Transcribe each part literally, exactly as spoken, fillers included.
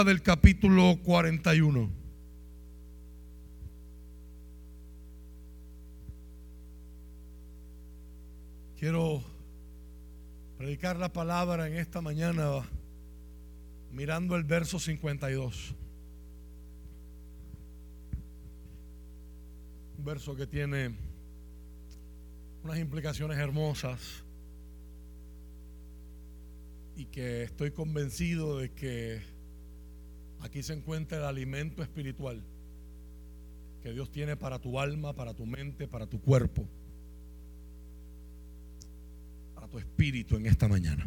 Del capítulo cuarenta y uno. Quiero predicar la palabra en esta mañana mirando el verso cincuenta y dos. Un verso que tiene unas implicaciones hermosas y que estoy convencido de que aquí se encuentra el alimento espiritual que Dios tiene para tu alma, para tu mente, para tu cuerpo, para tu espíritu en esta mañana.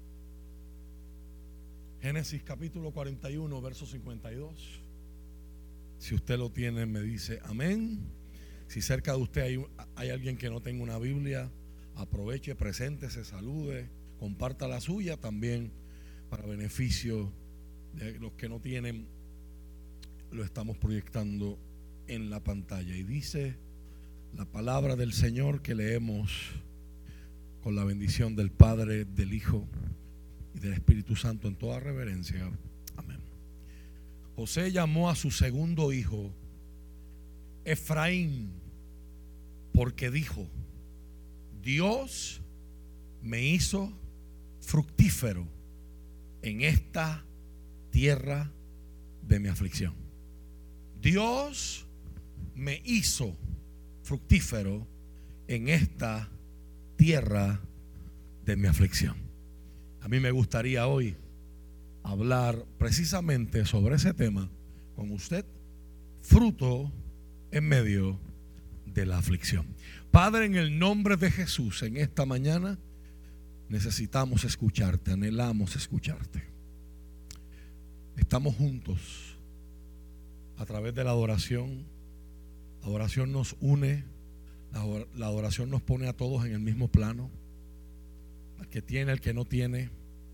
Génesis capítulo cuarenta y uno, verso cincuenta y dos. Si usted lo tiene, me dice amén. Si cerca de usted hay, hay alguien que no tenga una Biblia, aproveche, preséntese, salude, comparta la suya también para beneficio de los que no tienen. Lo estamos proyectando en la pantalla y dice la palabra del Señor que leemos con la bendición del Padre, del Hijo y del Espíritu Santo en toda reverencia. Amén. José llamó a su segundo hijo Efraín porque dijo: Dios me hizo fructífero en esta tierra de mi aflicción. Dios me hizo fructífero en esta tierra de mi aflicción. A mí me gustaría hoy hablar precisamente sobre ese tema con usted: fruto en medio de la aflicción. Padre, en el nombre de Jesús, en esta mañana necesitamos escucharte, anhelamos escucharte. Estamos juntos a través de la adoración. La adoración nos une, la adoración nos pone a todos en el mismo plano. Al que tiene, al que no tiene,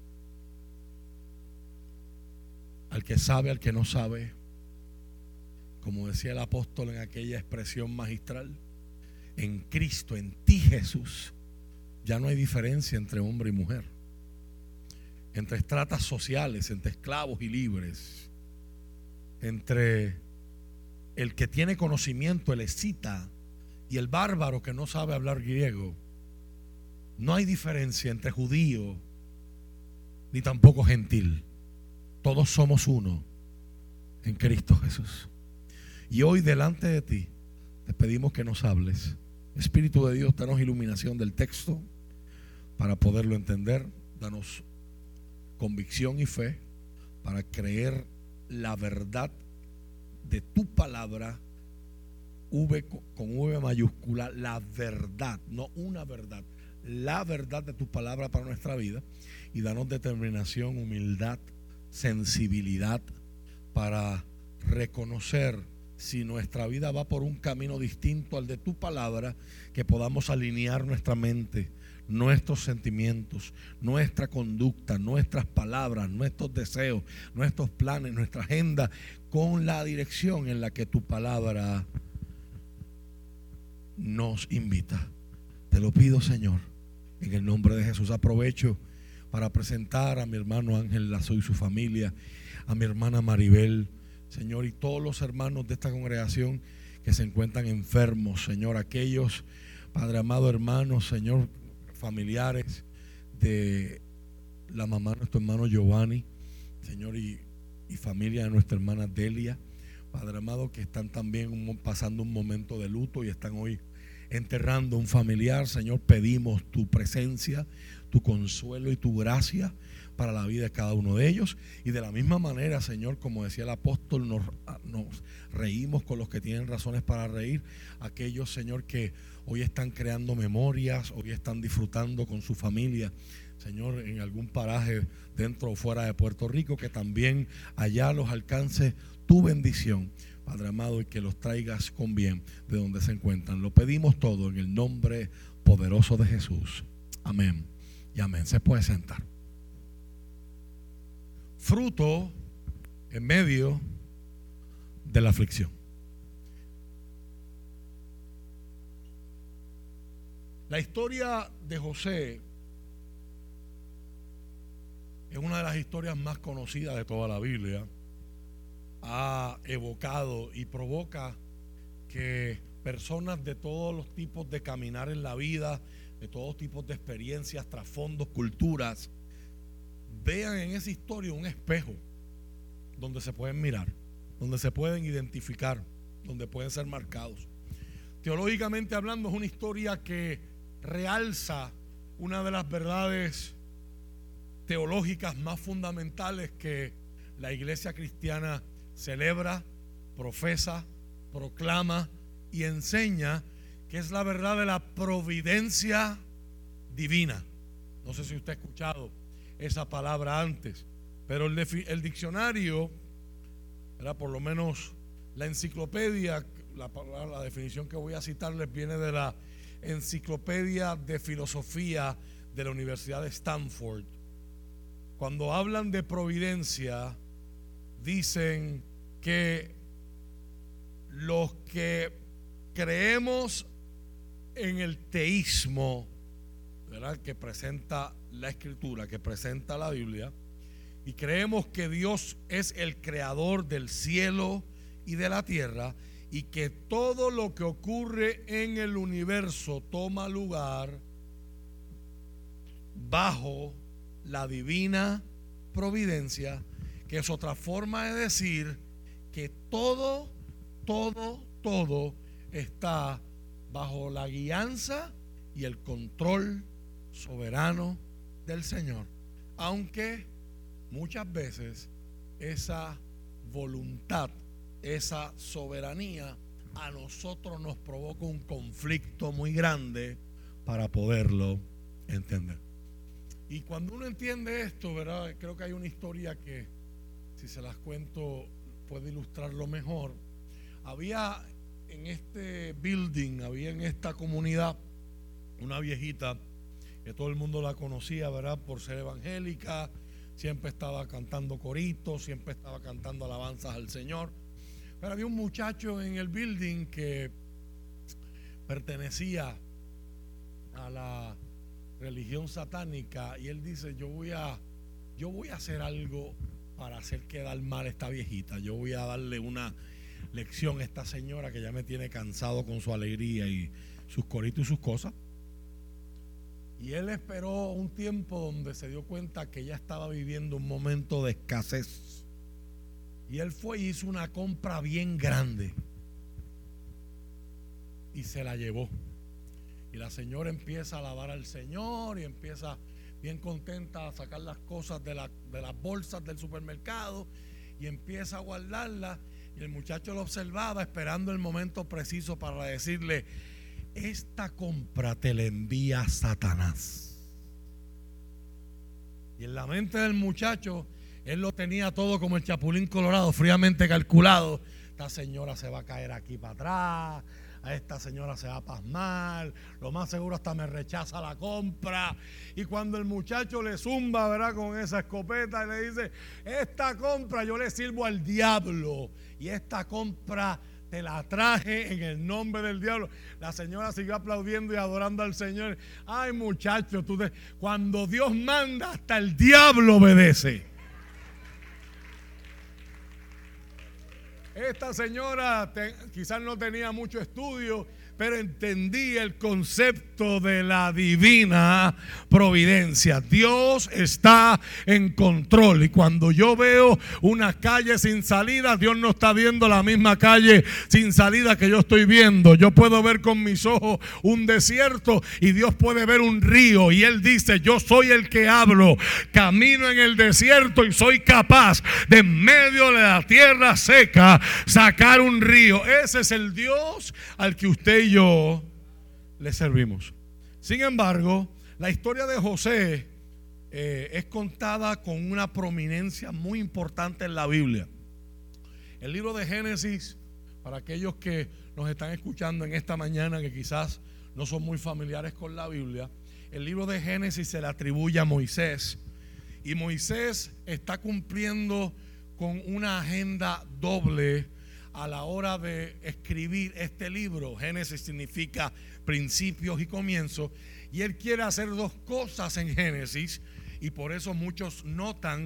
al que sabe, al que no sabe. Como decía el apóstol en aquella expresión magistral: en Cristo, en ti, Jesús, ya no hay diferencia entre hombre y mujer, entre estratas sociales, entre esclavos y libres, entre el que tiene conocimiento, el escita, y el bárbaro que no sabe hablar griego. No hay diferencia entre judío ni tampoco gentil. Todos somos uno en Cristo Jesús. Y hoy delante de ti te pedimos que nos hables. Espíritu de Dios, danos iluminación del texto para poderlo entender. Danos convicción y fe para creer la verdad de tu palabra, V con V mayúscula, la verdad, no una verdad, la verdad de tu palabra para nuestra vida. Y danos determinación, humildad, sensibilidad para reconocer si nuestra vida va por un camino distinto al de tu palabra, que podamos alinear nuestra mente, nuestros sentimientos, nuestra conducta, nuestras palabras, nuestros deseos, nuestros planes, nuestra agenda con la dirección en la que tu palabra nos invita. Te lo pido, Señor, en el nombre de Jesús. Aprovecho para presentar a mi hermano Ángel Lazo y su familia, a mi hermana Maribel, Señor, y todos los hermanos de esta congregación que se encuentran enfermos, Señor, aquellos, Padre amado, hermanos, Señor, familiares de la mamá de nuestro hermano Giovanni, Señor, y, y familia de nuestra hermana Delia, Padre amado, que están también un, pasando un momento de luto y están hoy enterrando un familiar. Señor, pedimos tu presencia, tu consuelo y tu gracia para la vida de cada uno de ellos. Y de la misma manera, Señor, como decía el apóstol, nos, nos reímos con los que tienen razones para reír. Aquellos, Señor, que hoy están creando memorias, hoy están disfrutando con su familia, Señor, en algún paraje dentro o fuera de Puerto Rico, que también allá los alcance tu bendición, Padre amado, y que los traigas con bien de donde se encuentran. Lo pedimos todo en el nombre poderoso de Jesús. Amén y amén. Se puede sentar. Fruto en medio de la aflicción. La historia de José es una de las historias más conocidas de toda la Biblia. ha evocado y provoca que personas de todos los tipos de caminar en la vida, de todos tipos de experiencias, trasfondos, culturas, vean en esa historia un espejo donde se pueden mirar, donde se pueden identificar, donde pueden ser marcados. Teológicamente hablando, es una historia que realza una de las verdades teológicas más fundamentales que la iglesia cristiana celebra, profesa, proclama y enseña, que es la verdad de la providencia divina. No sé si usted ha escuchado esa palabra antes, pero el, el diccionario, ¿verdad? Por lo menos la enciclopedia, la, la definición que voy a citarles viene de la Enciclopedia de Filosofía de la Universidad de Stanford. Cuando hablan de providencia, dicen que los que creemos en el teísmo, ¿verdad?, que presenta la Escritura, que presenta la Biblia, y creemos que Dios es el creador del cielo y de la tierra, y que todo lo que ocurre en el universo toma lugar bajo la divina providencia, que es otra forma de decir que todo, todo, todo está bajo la guianza y el control soberano del Señor, aunque muchas veces esa voluntad, esa soberanía a nosotros nos provoca un conflicto muy grande para poderlo entender. Y cuando uno entiende esto, ¿verdad?, creo que hay una historia que, si se las cuento, puede ilustrarlo mejor. Había en este building, había en esta comunidad una viejita que todo el mundo la conocía, ¿verdad?, por ser evangélica. Siempre estaba cantando coritos, siempre estaba cantando alabanzas al Señor. Pero había un muchacho en el building que pertenecía a la religión satánica, y él dice: yo voy a yo voy a hacer algo para hacer quedar mal a esta viejita. Yo voy a darle una lección a esta señora que ya me tiene cansado con su alegría y sus coritos y sus cosas. Y él esperó un tiempo donde se dio cuenta que ella estaba viviendo un momento de escasez. Y él fue y hizo una compra bien grande y se la llevó. Y la señora empieza a alabar al Señor y empieza bien contenta a sacar las cosas de, la, de las bolsas del supermercado y empieza a guardarlas. Y el muchacho lo observaba esperando el momento preciso para decirle: esta compra te la envía Satanás. Y en la mente del muchacho, él lo tenía todo como el Chapulín Colorado, fríamente calculado. Esta señora se va a caer aquí para atrás, a esta señora se va a pasmar, lo más seguro hasta me rechaza la compra. Y cuando el muchacho le zumba, ¿verdad?, con esa escopeta, y le dice: esta compra yo le sirvo al diablo, y esta compra te la traje en el nombre del diablo. La señora siguió aplaudiendo y adorando al Señor. Ay, muchacho, tú te... cuando Dios manda, hasta el diablo obedece. Esta señora te, quizás no tenía mucho estudio, pero entendía el concepto de la divina providencia. Dios está en control, y cuando yo veo una calle sin salida, Dios no está viendo la misma calle sin salida que yo estoy viendo. Yo puedo ver con mis ojos un desierto y Dios puede ver un río, y Él dice: yo soy el que hablo, camino en el desierto y soy capaz de en medio de la tierra seca sacar un río. Ese es el Dios al que usted y yo le servimos. Sin embargo, la historia de José eh, es contada con una prominencia muy importante en la Biblia. El libro de Génesis, para aquellos que nos están escuchando en esta mañana, que quizás no son muy familiares con la Biblia, el libro de Génesis se le atribuye a Moisés, y Moisés está cumpliendo con una agenda doble a la hora de escribir este libro. Génesis significa principios y comienzos, y él quiere hacer dos cosas en Génesis, y por eso muchos notan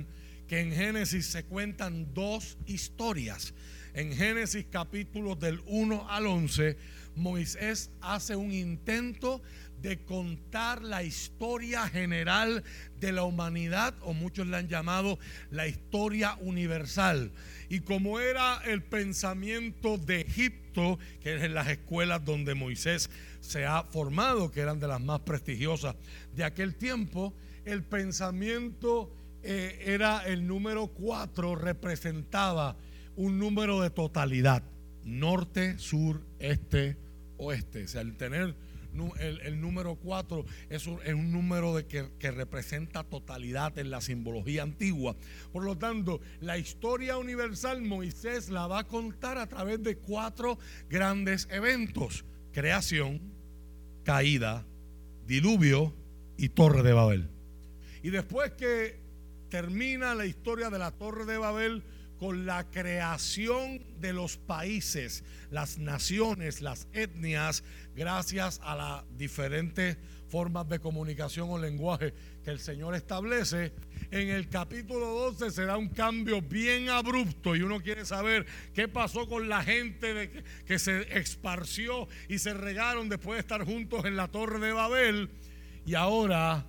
que en Génesis se cuentan dos historias. En Génesis capítulos del uno al once, Moisés hace un intento de contar la historia general de la humanidad, o muchos le han llamado la historia universal. Y como era el pensamiento de Egipto, que es en las escuelas donde Moisés se ha formado, que eran de las más prestigiosas de aquel tiempo, el pensamiento eh, era el número cuatro, representaba un número de totalidad: norte, sur, este, oeste. O sea, el tener el, el número cuatro es un, es un número de que, que representa totalidad en la simbología antigua. Por lo tanto, la historia universal Moisés la va a contar a través de cuatro grandes eventos: creación, caída, diluvio y Torre de Babel. Y después que termina la historia de la Torre de Babel con la creación de los países, las naciones, las etnias, gracias a las diferentes formas de comunicación o lenguaje que el Señor establece, en el capítulo doce se da un cambio bien abrupto y uno quiere saber qué pasó con la gente de que, que se esparció y se regaron después de estar juntos en la Torre de Babel. Y ahora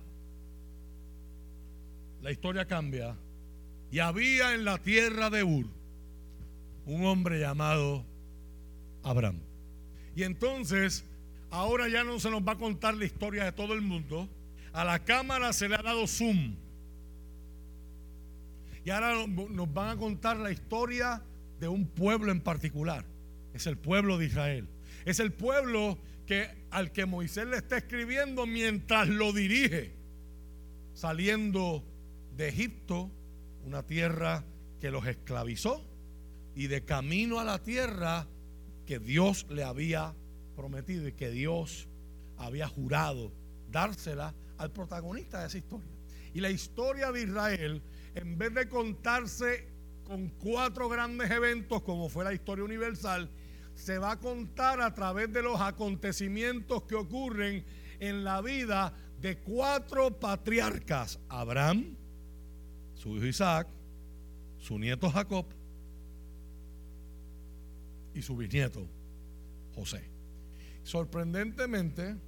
la historia cambia. Y había en la tierra de Ur un hombre llamado Abraham. Y entonces, ahora ya no se nos va a contar la historia de todo el mundo. A la cámara se le ha dado zoom. Y ahora nos van a contar la historia de un pueblo en particular. Es el pueblo de Israel. Es el pueblo que, al que Moisés le está escribiendo mientras lo dirige, saliendo de Egipto, una tierra que los esclavizó, y de camino a la tierra que Dios le había prometido y que Dios había jurado dársela al protagonista de esa historia. Y la historia de Israel, en vez de contarse con cuatro grandes eventos como fue la historia universal, se va a contar a través de los acontecimientos que ocurren en la vida de cuatro patriarcas: Abraham, su hijo Isaac, su nieto Jacob y su bisnieto José. Sorprendentemente,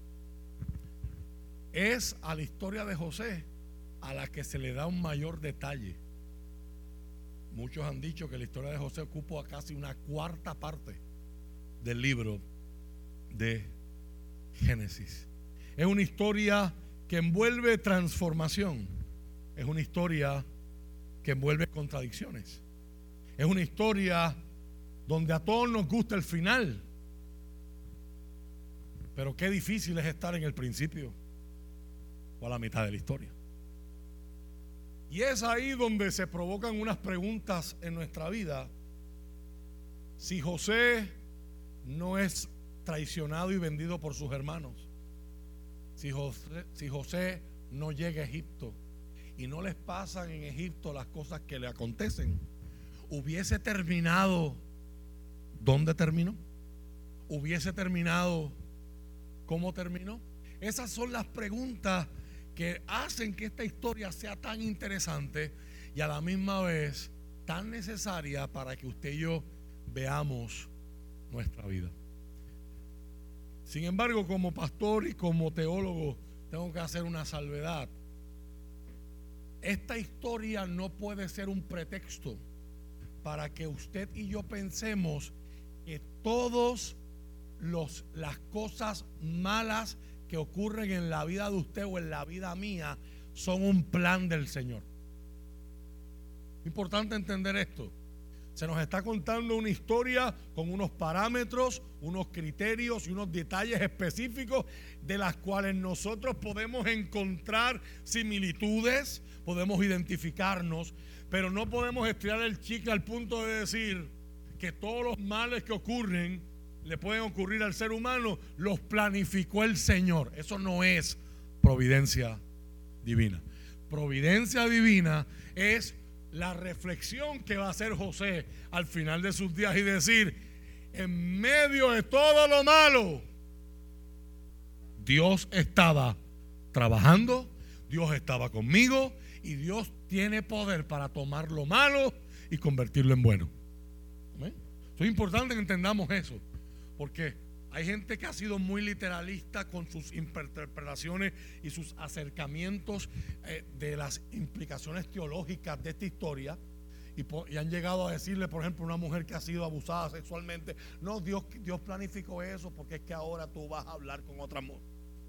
es a la historia de José a la que se le da un mayor detalle. Muchos han dicho que la historia de José ocupa casi una cuarta parte del libro de Génesis. Es una historia que envuelve transformación. Es una historia que envuelve contradicciones. Es una historia donde a todos nos gusta el final, pero qué difícil es estar en el principio o a la mitad de la historia. Y es ahí donde se provocan unas preguntas en nuestra vida. Si José no es traicionado y vendido por sus hermanos, si José, si José no llega a Egipto y no les pasan en Egipto las cosas que le acontecen, hubiese terminado ¿dónde terminó? ¿Hubiese terminado cómo terminó? Esas son las preguntas que hacen que esta historia sea tan interesante y a la misma vez tan necesaria para que usted y yo veamos nuestra vida. Sin embargo, como pastor y como teólogo, tengo que hacer una salvedad. Esta historia no puede ser un pretexto para que usted y yo pensemos que todas las cosas malas que ocurren en la vida de usted o en la vida mía son un plan del Señor. Es importante entender esto. Se nos está contando una historia con unos parámetros, unos criterios y unos detalles específicos de las cuales nosotros podemos encontrar similitudes, podemos identificarnos, pero no podemos estirar el chicle al punto de decir que todos los males que ocurren le pueden ocurrir al ser humano, los planificó el Señor. Eso no es providencia divina. Providencia divina es la reflexión que va a hacer José al final de sus días y decir: en medio de todo lo malo, Dios estaba trabajando, Dios estaba conmigo Y Dios tiene poder para tomar lo malo y convertirlo en bueno. ¿Amén? Es importante que entendamos eso, porque hay gente que ha sido muy literalista con sus interpretaciones y sus acercamientos eh, de las implicaciones teológicas de esta historia. Y, por, y han llegado a decirle, por ejemplo, a una mujer que ha sido abusada sexualmente: no, Dios, Dios planificó eso porque es que ahora tú vas a hablar con otra mujer.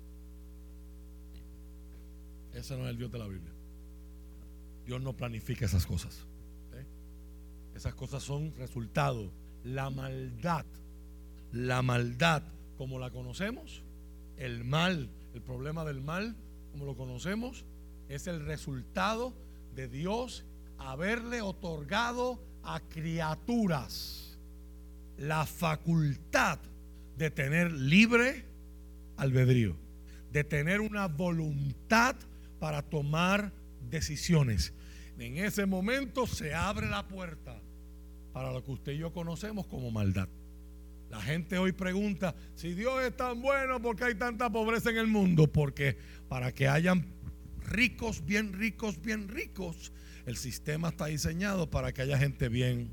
Ese no es el Dios de la Biblia. Dios no planifica esas cosas. ¿eh? Esas cosas son resultado. La maldad, la maldad como la conocemos, el mal, el problema del mal como lo conocemos, es el resultado de Dios haberle otorgado a criaturas la facultad de tener libre albedrío, de tener una voluntad para tomar decisiones. En ese momento se abre la puerta para lo que usted y yo conocemos como maldad. La gente hoy pregunta: si Dios es tan bueno, ¿por qué hay tanta pobreza en el mundo? Porque para que hayan ricos, bien ricos, bien ricos, el sistema está diseñado para que haya gente bien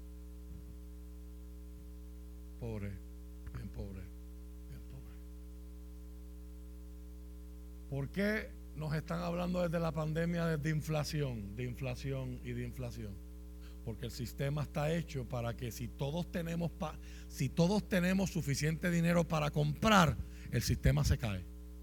pobre, bien pobre, bien pobre. ¿Por qué nos están hablando desde la pandemia de inflación, de inflación y de inflación? Porque el sistema está hecho para que si todos tenemos pa, si todos tenemos suficiente dinero para comprar, el sistema se cae.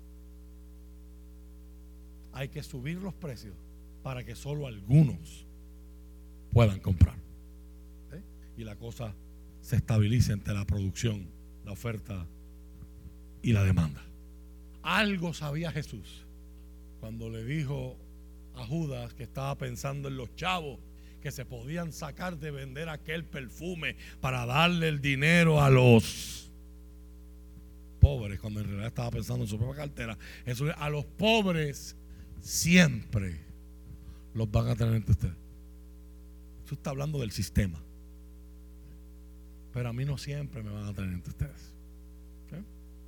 Hay que subir los precios para que solo algunos puedan comprar. ¿Eh? Y la cosa se estabilice entre la producción, la oferta y la demanda. Algo sabía Jesús cuando le dijo a Judas, que estaba pensando en los chavos que se podían sacar de vender aquel perfume para darle el dinero a los pobres, cuando en realidad estaba pensando en su propia cartera. Eso, a los pobres siempre los van a tener entre ustedes. Eso está hablando del sistema. Pero a mí no siempre me van a tener entre ustedes. ¿Sí?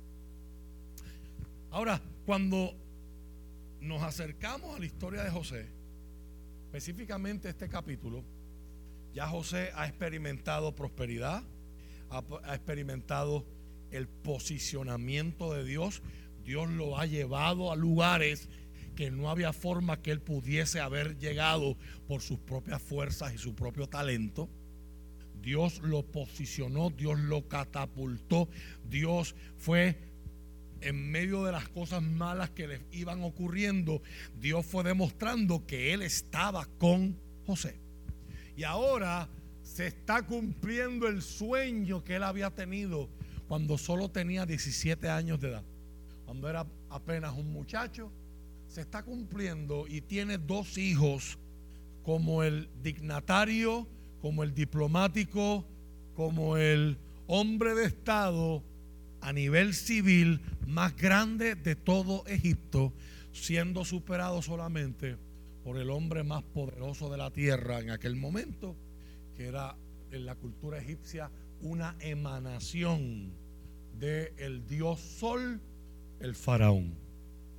Ahora, cuando nos acercamos a la historia de José, específicamente este capítulo, ya José ha experimentado prosperidad, ha, ha experimentado el posicionamiento de Dios. Dios lo ha llevado a lugares que no había forma que él pudiese haber llegado por sus propias fuerzas y su propio talento. Dios lo posicionó, Dios lo catapultó. Dios fue, en medio de las cosas malas que le iban ocurriendo, Dios fue demostrando que él estaba con José. Y ahora se está cumpliendo el sueño que él había tenido cuando solo tenía diecisiete años de edad, cuando era apenas un muchacho. Se está cumpliendo y tiene dos hijos, como el dignatario, como el diplomático, como el hombre de estado a nivel civil más grande de todo Egipto, siendo superado solamente por el hombre más poderoso de la tierra en aquel momento, que era en la cultura egipcia una emanación del dios Sol, el faraón.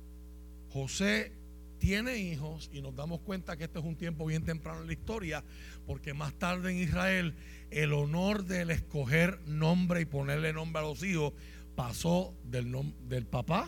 José tiene hijos y nos damos cuenta que este es un tiempo bien temprano en la historia, porque más tarde en Israel el honor del escoger nombre y ponerle nombre a los hijos pasó del, nom- del papá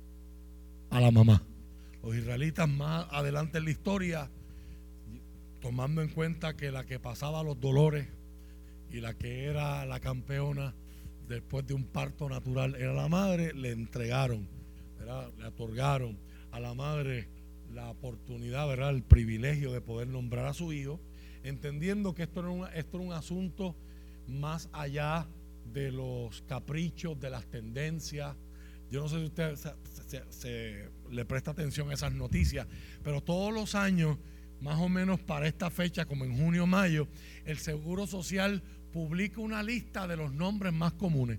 a la mamá. Los israelitas más adelante en la historia, tomando en cuenta que la que pasaba los dolores y la que era la campeona después de un parto natural era la madre, le entregaron, ¿verdad? Le otorgaron a la madre la oportunidad, ¿verdad?, el privilegio de poder nombrar a su hijo, entendiendo que esto era un, esto era un asunto más allá de los caprichos, de las tendencias. Yo no sé si usted se, se, se, le presta atención a esas noticias, pero todos los años, más o menos para esta fecha, como en junio o mayo, el Seguro Social publica una lista de los nombres más comunes.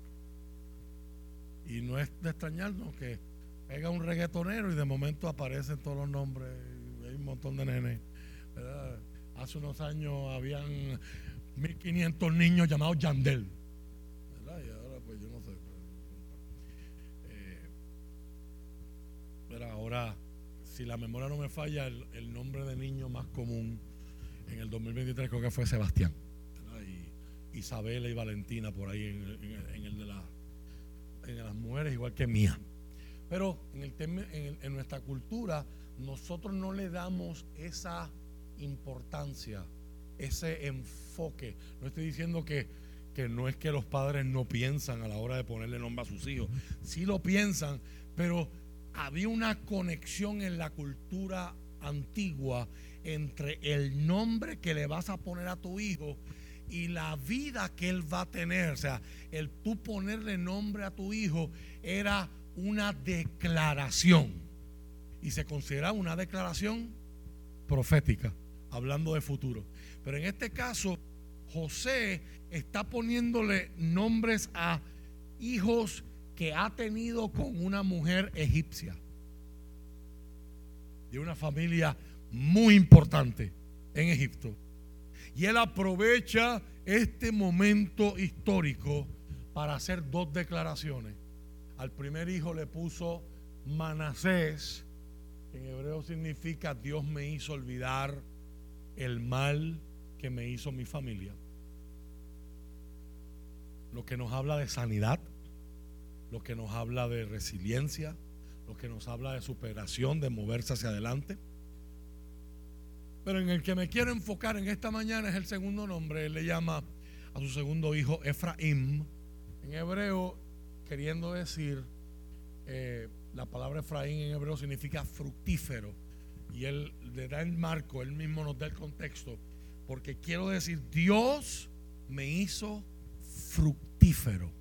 Y no es de extrañarnos que pega un reggaetonero y de momento aparecen todos los nombres. Hay un montón de nenes, ¿verdad? Hace unos años habían mil quinientos niños llamados Yandel, ¿verdad? Y ahora pues yo no sé. Eh, pero ahora si la memoria no me falla, el, el nombre de niño más común en el dos mil veintitrés creo que fue Sebastián, ¿verdad? Y Isabela y Valentina por ahí en, en, en el de la, en las mujeres, igual que mía. Pero en, el tem, en, el, en nuestra cultura nosotros no le damos esa importancia, ese enfoque. No estoy diciendo que, que no es que los padres no piensan a la hora de ponerle nombre a sus hijos, sí lo piensan, pero había una conexión en la cultura antigua entre el nombre que le vas a poner a tu hijo y la vida que él va a tener. O sea, el tú ponerle nombre a tu hijo era una declaración y se consideraba una declaración profética, hablando de futuro. Pero en este caso, José está poniéndole nombres a hijos que ha tenido con una mujer egipcia, de una familia muy importante en Egipto. Y él aprovecha este momento histórico para hacer dos declaraciones. Al primer hijo le puso Manasés, que en hebreo significa Dios me hizo olvidar el mal que me hizo mi familia. Lo que nos habla de sanidad, lo que nos habla de resiliencia, lo que nos habla de superación, de moverse hacia adelante. Pero en el que me quiero enfocar en esta mañana es el segundo nombre. Él le llama a su segundo hijo Efraín, en hebreo, queriendo decir, eh, la palabra Efraín en hebreo significa fructífero, y él le da el marco, él mismo nos da el contexto, porque quiero decir, Dios me hizo fructífero,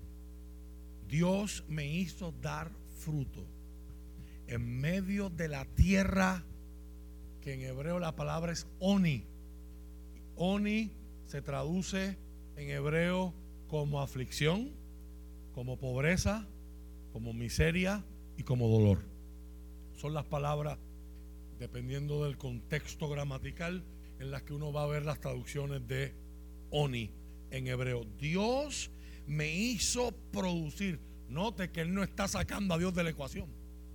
Dios me hizo dar fruto en medio de la tierra, que en hebreo la palabra es oni. Oni se traduce en hebreo como aflicción, como pobreza, como miseria y como dolor. Son las palabras, dependiendo del contexto gramatical, en las que uno va a ver las traducciones de oni en hebreo. Dios me hizo producir. Note que él no está sacando a Dios de la ecuación.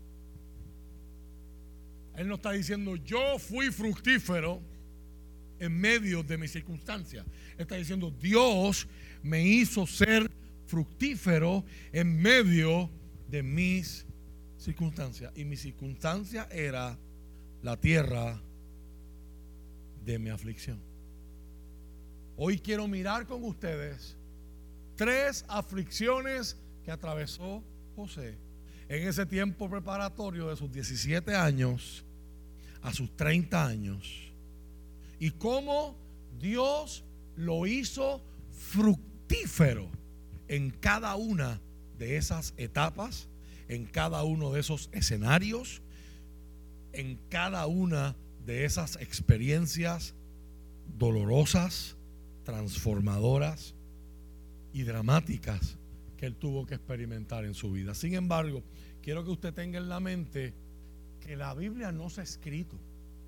Él no está diciendo yo fui fructífero en medio de mis circunstancias. Él está diciendo Dios me hizo ser fructífero en medio de mis circunstancias. Y mi circunstancia era la tierra de mi aflicción. Hoy quiero mirar con ustedes tres aflicciones que atravesó José en ese tiempo preparatorio de sus diecisiete años a sus treinta años, y cómo Dios lo hizo fructífero en cada una de esas etapas, en cada uno de esos escenarios, en cada una de esas experiencias dolorosas, transformadoras y dramáticas que él tuvo que experimentar en su vida. Sin embargo, quiero que usted tenga en la mente que la Biblia no se ha escrito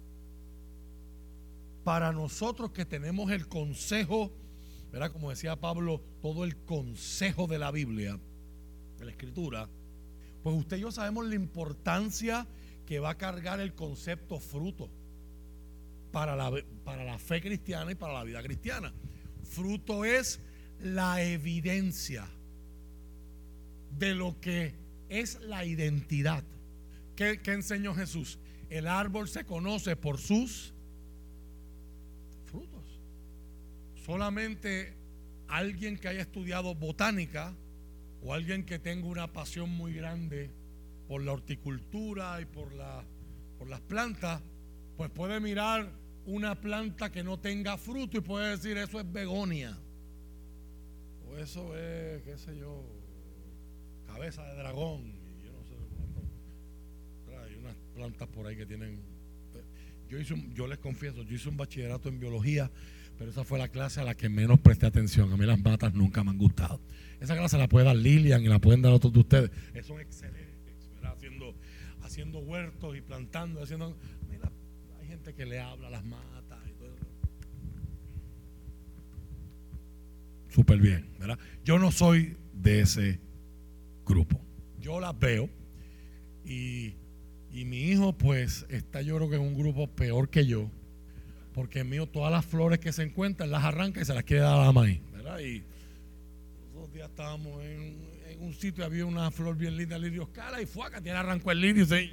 para nosotros que tenemos el consejo, ¿verdad? Como decía Pablo, todo el consejo de la Biblia, de la Escritura. Pues usted y yo sabemos la importancia que va a cargar el concepto fruto para la, para la fe cristiana y para la vida cristiana. Fruto es la evidencia de lo que es la identidad. ¿Qué, qué enseñó Jesús? El árbol se conoce por sus frutos. Solamente alguien que haya estudiado botánica o alguien que tenga una pasión muy grande por la horticultura y por, la, por las plantas, pues puede mirar una planta que no tenga fruto y puede decir eso es begonia, o eso es, qué sé yo, cabeza de dragón, y yo no sé, hay unas plantas por ahí que tienen. Yo hice un, yo les confieso, yo hice un bachillerato en biología, pero esa fue la clase a la que menos presté atención. A mí las matas nunca me han gustado. Esa clase la puede dar Lilian y la pueden dar otros de ustedes. Son excelentes, ¿verdad? Haciendo, haciendo huertos y plantando, haciendo. Mira, hay gente que le habla a las matas y todo eso. Súper bien, ¿verdad? Yo no soy de ese grupo. Yo las veo y Y mi hijo pues está, yo creo que en un grupo peor que yo, porque el mío todas las flores que se encuentran las arranca y se las quiere dar a la maíz, ¿verdad? Y los días estábamos en, en un sitio y había una flor bien linda, lirio escala, y fuaca, tiene arrancó el lirio. Y, se, y,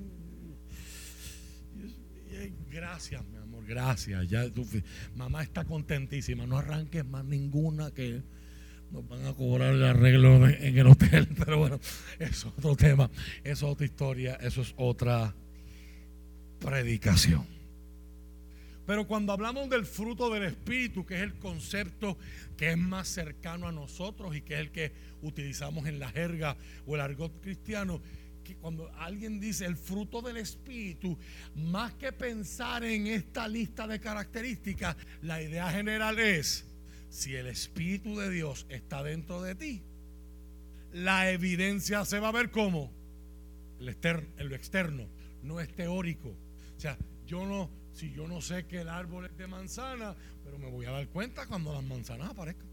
y, y, gracias, mi amor, gracias. Ya tú, mamá está contentísima, no arranques más ninguna que nos van a cobrar el arreglo en el hotel, pero bueno, eso es otro tema, eso es otra historia, eso es otra predicación. Pero cuando hablamos del fruto del Espíritu, que es el concepto que es más cercano a nosotros y que es el que utilizamos en la jerga o el argot cristiano, que cuando alguien dice el fruto del Espíritu, más que pensar en esta lista de características, la idea general es: si el Espíritu de Dios está dentro de ti, la evidencia se va a ver como el externo, en lo externo, no es teórico. O sea, yo no, si yo no sé que el árbol es de manzana, pero me voy a dar cuenta cuando las manzanas aparezcan.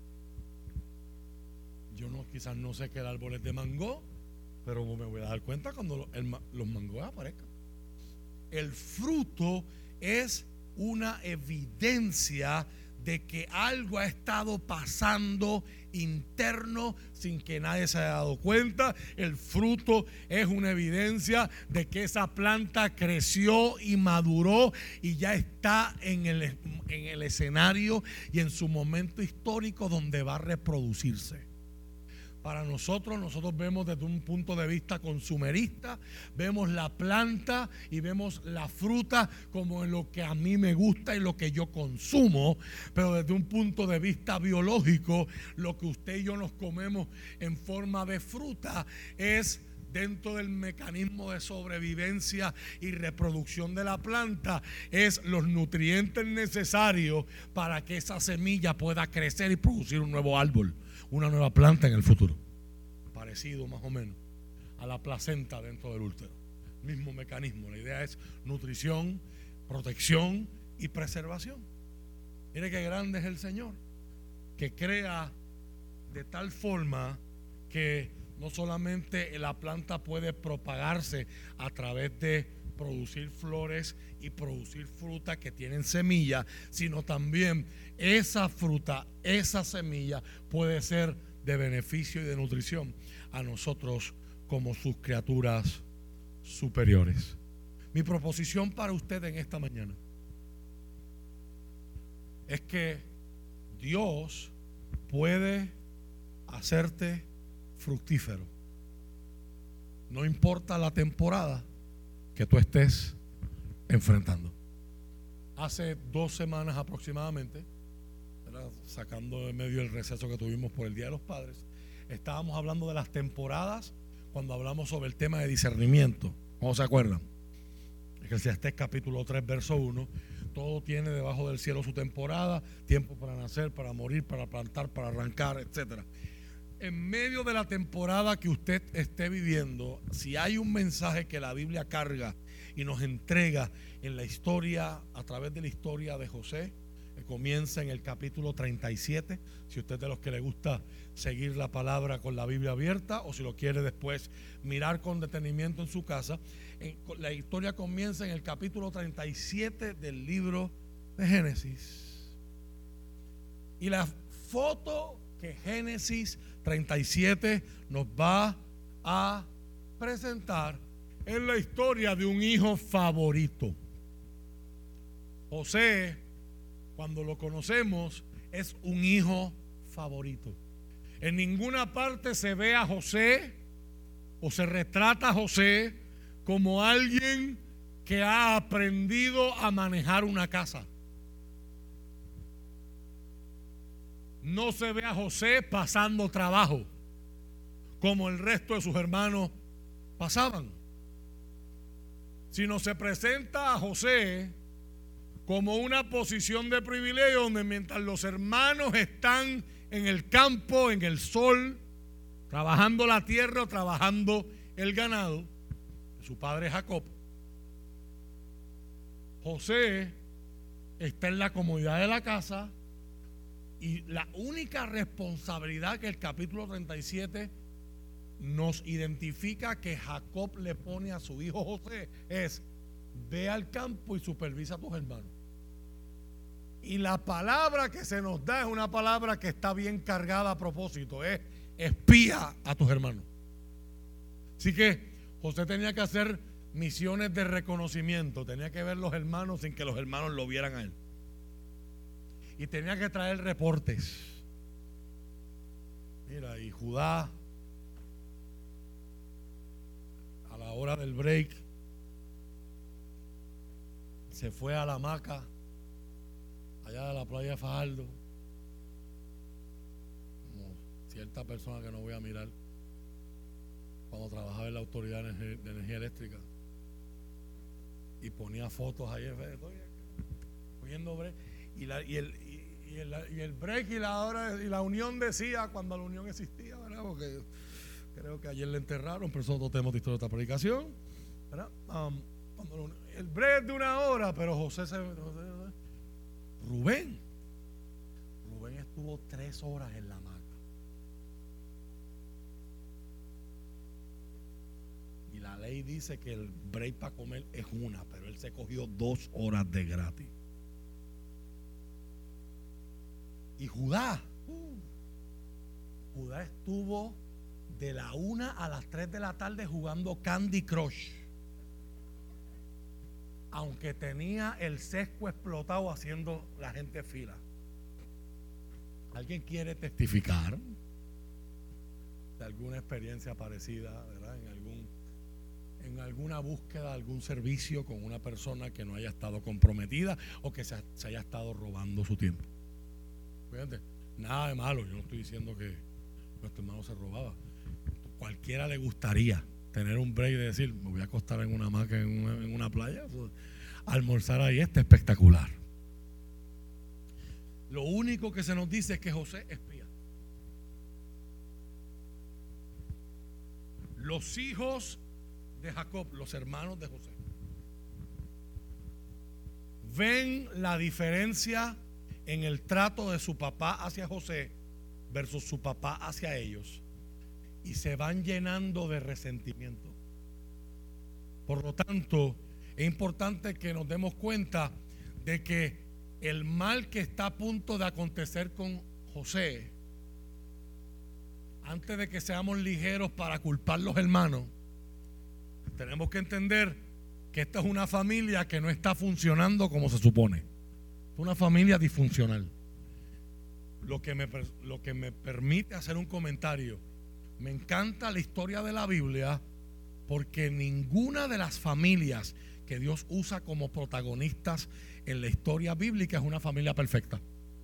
Yo no, quizás no sé que el árbol es de mango, pero me voy a dar cuenta cuando el, los mangos aparezcan. El fruto es una evidencia de que algo ha estado pasando interno sin que nadie se haya dado cuenta. El fruto es una evidencia de que esa planta creció y maduró y ya está en el, en el escenario y en su momento histórico donde va a reproducirse. Para nosotros, nosotros vemos desde un punto de vista consumerista, vemos la planta y vemos la fruta como en lo que a mí me gusta y lo que yo consumo, pero desde un punto de vista biológico, lo que usted y yo nos comemos en forma de fruta es dentro del mecanismo de sobrevivencia y reproducción de la planta, es los nutrientes necesarios para que esa semilla pueda crecer y producir un nuevo árbol, una nueva planta en el futuro, parecido más o menos a la placenta dentro del útero. Mismo mecanismo, la idea es nutrición, protección y preservación. Mire qué grande es el Señor, que crea de tal forma que no solamente la planta puede propagarse a través de producir flores y producir fruta que tienen semilla, sino también esa fruta, esa semilla puede ser de beneficio y de nutrición a nosotros como sus criaturas superiores. Mi proposición para usted en esta mañana es que Dios puede hacerte fructífero, no importa la temporada que tú estés enfrentando. Hace dos semanas aproximadamente, ¿verdad?, sacando de medio el receso que tuvimos por el Día de los Padres, estábamos hablando de las temporadas cuando hablamos sobre el tema de discernimiento. ¿Cómo se acuerdan? Eclesiastés capítulo tres verso uno: todo tiene debajo del cielo su temporada, tiempo para nacer, para morir, para plantar, para arrancar, etcétera. En medio de la temporada que usted esté viviendo, si hay un mensaje que la Biblia carga y nos entrega en la historia, a través de la historia de José, que comienza en el capítulo treinta y siete, si usted es de los que le gusta seguir la palabra con la Biblia abierta, o si lo quiere después mirar con detenimiento en su casa, en, la historia comienza en el capítulo treinta y siete del libro de Génesis. Y la foto que Génesis treinta y siete nos va a presentar es la historia de un hijo favorito. José, cuando lo conocemos, es un hijo favorito. En ninguna parte se ve a José o se retrata a José como alguien que ha aprendido a manejar una casa. No se ve a José pasando trabajo como el resto de sus hermanos pasaban, sino se presenta a José como una posición de privilegio donde mientras los hermanos están en el campo, en el sol, trabajando la tierra o trabajando el ganado, su padre Jacob, José está en la comodidad de la casa. Y la única responsabilidad que el capítulo treinta y siete nos identifica que Jacob le pone a su hijo José es: ve al campo y supervisa a tus hermanos. Y la palabra que se nos da es una palabra que está bien cargada a propósito, es: espía a tus hermanos. Así que José tenía que hacer misiones de reconocimiento, tenía que ver los hermanos sin que los hermanos lo vieran a él, y tenía que traer reportes. Mira, y Judá, a la hora del break, se fue a la hamaca allá de la playa de Fajardo, como cierta persona que no voy a mirar, cuando trabajaba en la Autoridad de Energía Eléctrica, y ponía fotos ahí, estoy cogiendo break, y, la, y, el, y, y, el, y el break y la hora y la unión decía, cuando la unión existía, ¿verdad? Porque creo que ayer le enterraron, pero eso es otro tema de historia de esta predicación, ¿verdad? Um, cuando el break de una hora, pero José se José, Rubén Rubén estuvo tres horas en la hamaca. Y la ley dice que el break para comer es una, pero él se cogió dos horas de gratis. Y Judá, uh, Judá estuvo de la una a las tres de la tarde jugando Candy Crush, aunque tenía el sesco explotado haciendo la gente fila. ¿Alguien quiere testificar de alguna experiencia parecida, ¿verdad? En algún en alguna búsqueda de algún servicio con una persona que no haya estado comprometida o que se, se haya estado robando su tiempo? Fíjate, nada de malo, yo no estoy diciendo que nuestro hermano se robaba. Cualquiera le gustaría tener un break de decir: me voy a acostar en una hamaca en una, en una playa, pues, almorzar ahí, está espectacular. Lo único que se nos dice es que José espía. Los hijos de Jacob, los hermanos de José, ven la diferencia en el trato de su papá hacia José versus su papá hacia ellos, y se van llenando de resentimiento. Por lo tanto, es importante que nos demos cuenta de que el mal que está a punto de acontecer con José, antes de que seamos ligeros para culpar a los hermanos, tenemos que entender que esta es una familia que no está funcionando como se supone. Es una familia disfuncional. Lo que me, lo que me permite hacer un comentario: me encanta la historia de la Biblia, porque ninguna de las familias que Dios usa como protagonistas en la historia bíblica es una familia perfecta.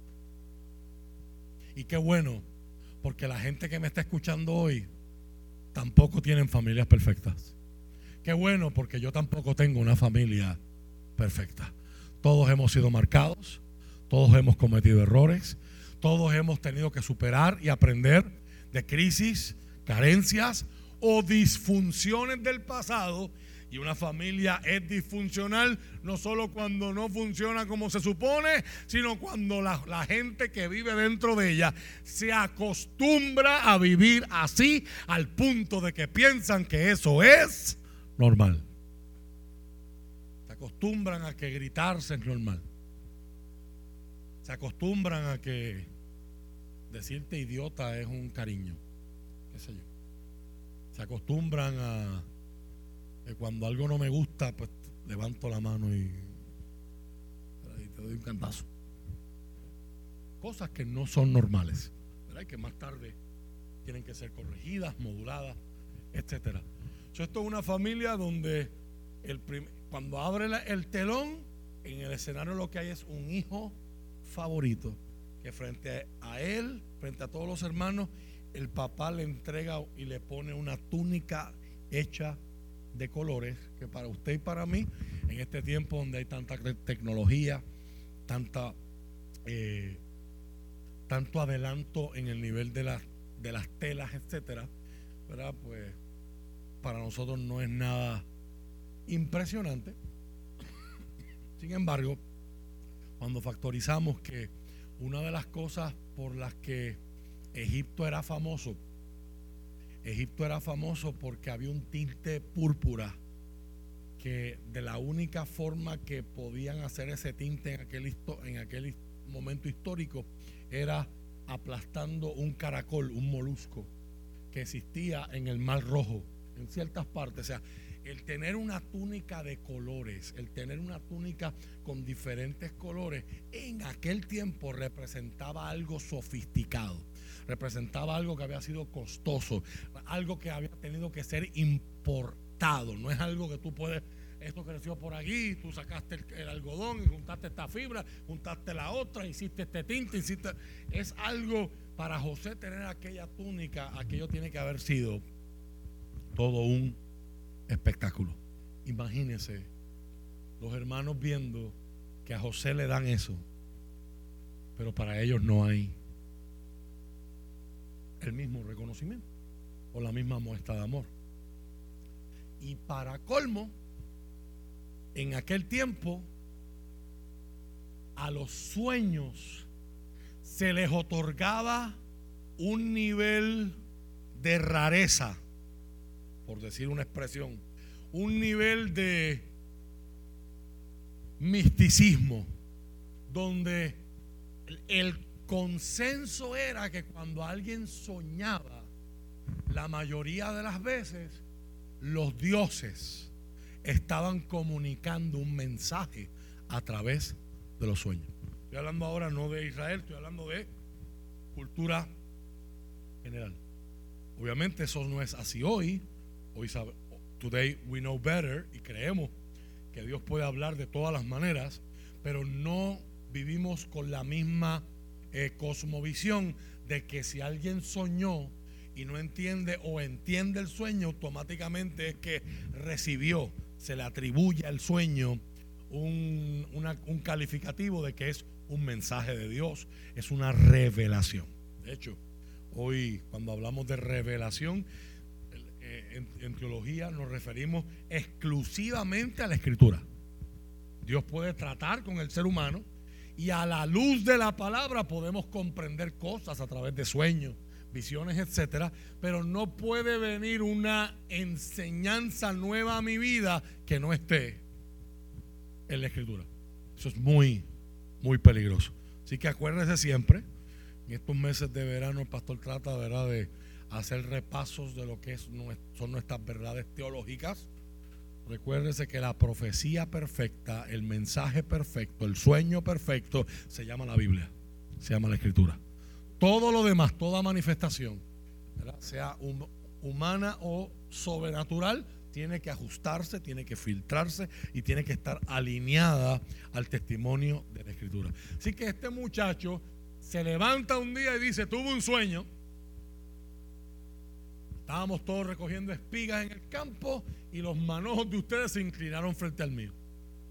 Y qué bueno, porque la gente que me está escuchando hoy tampoco tienen familias perfectas. Qué bueno, porque yo tampoco tengo una familia perfecta. Todos hemos sido marcados, todos hemos cometido errores, todos hemos tenido que superar y aprender de crisis, carencias o disfunciones del pasado. Y una familia es disfuncional no solo cuando no funciona como se supone, sino cuando la, la gente que vive dentro de ella se acostumbra a vivir así, al punto de que piensan que eso es normal. Se acostumbran a que gritarse es normal. Se acostumbran a que decirte idiota es un cariño, qué sé yo. Se acostumbran a que cuando algo no me gusta, pues levanto la mano y, y te doy un cantazo. Cosas que no son normales, ¿verdad? Y que más tarde tienen que ser corregidas, moduladas, etcétera. So, esto es una familia donde el prim- cuando abre la, el telón, en el escenario lo que hay es un hijo favorito que frente a él, frente a todos los hermanos, el papá le entrega y le pone una túnica hecha de colores, que para usted y para mí, en este tiempo donde hay tanta tecnología, tanta eh, tanto adelanto en el nivel de las de las telas, etcétera, ¿verdad? Pues para nosotros no es nada impresionante. Sin embargo, cuando factorizamos que una de las cosas por las que Egipto era famoso Egipto era famoso porque había un tinte púrpura que de la única forma que podían hacer ese tinte en aquel, en aquel momento histórico era aplastando un caracol, un molusco que existía en el Mar Rojo, en ciertas partes. O sea, el tener una túnica de colores, el tener una túnica con diferentes colores, en aquel tiempo representaba algo sofisticado, representaba algo que había sido costoso, algo que había tenido que ser importado. No es algo que tú puedes, esto creció por aquí, tú sacaste el, el algodón y juntaste esta fibra, juntaste la otra, hiciste este tinte, hiciste, es algo. Para José tener aquella túnica, aquello tiene que haber sido todo un espectáculo. Imagínense los hermanos viendo que a José le dan eso, pero para ellos no hay el mismo reconocimiento o la misma muestra de amor. Y para colmo, en aquel tiempo a los sueños se les otorgaba un nivel de rareza, por decir una expresión, un nivel de misticismo, donde el consenso era que cuando alguien soñaba, la mayoría de las veces los dioses estaban comunicando un mensaje a través de los sueños. Estoy hablando ahora no de Israel, estoy hablando de cultura general. Obviamente eso no es así hoy. Hoy sabe, today we know better, y creemos que Dios puede hablar de todas las maneras, pero no vivimos con la misma eh, cosmovisión de que si alguien soñó y no entiende o entiende el sueño, automáticamente es que recibió, se le atribuye al sueño un, una, un calificativo de que es un mensaje de Dios, es una revelación. De hecho, hoy cuando hablamos de revelación, en, en teología nos referimos exclusivamente a la Escritura. Dios puede tratar con el ser humano y a la luz de la palabra podemos comprender cosas a través de sueños, visiones, etcétera, pero no puede venir una enseñanza nueva a mi vida que no esté en la Escritura. Eso es muy, muy peligroso. Así que acuérdese siempre, en estos meses de verano el pastor trata, ¿verdad?, de hacer repasos de lo que es, son nuestras verdades teológicas. Recuérdese que la profecía perfecta, el mensaje perfecto, el sueño perfecto se llama la Biblia, se llama la Escritura. Todo lo demás, toda manifestación, ¿verdad?, sea hum, humana o sobrenatural, tiene que ajustarse, tiene que filtrarse y tiene que estar alineada al testimonio de la Escritura. Así que este muchacho se levanta un día y dice: tuve un sueño. Estábamos todos recogiendo espigas en el campo y los manojos de ustedes se inclinaron frente al mío.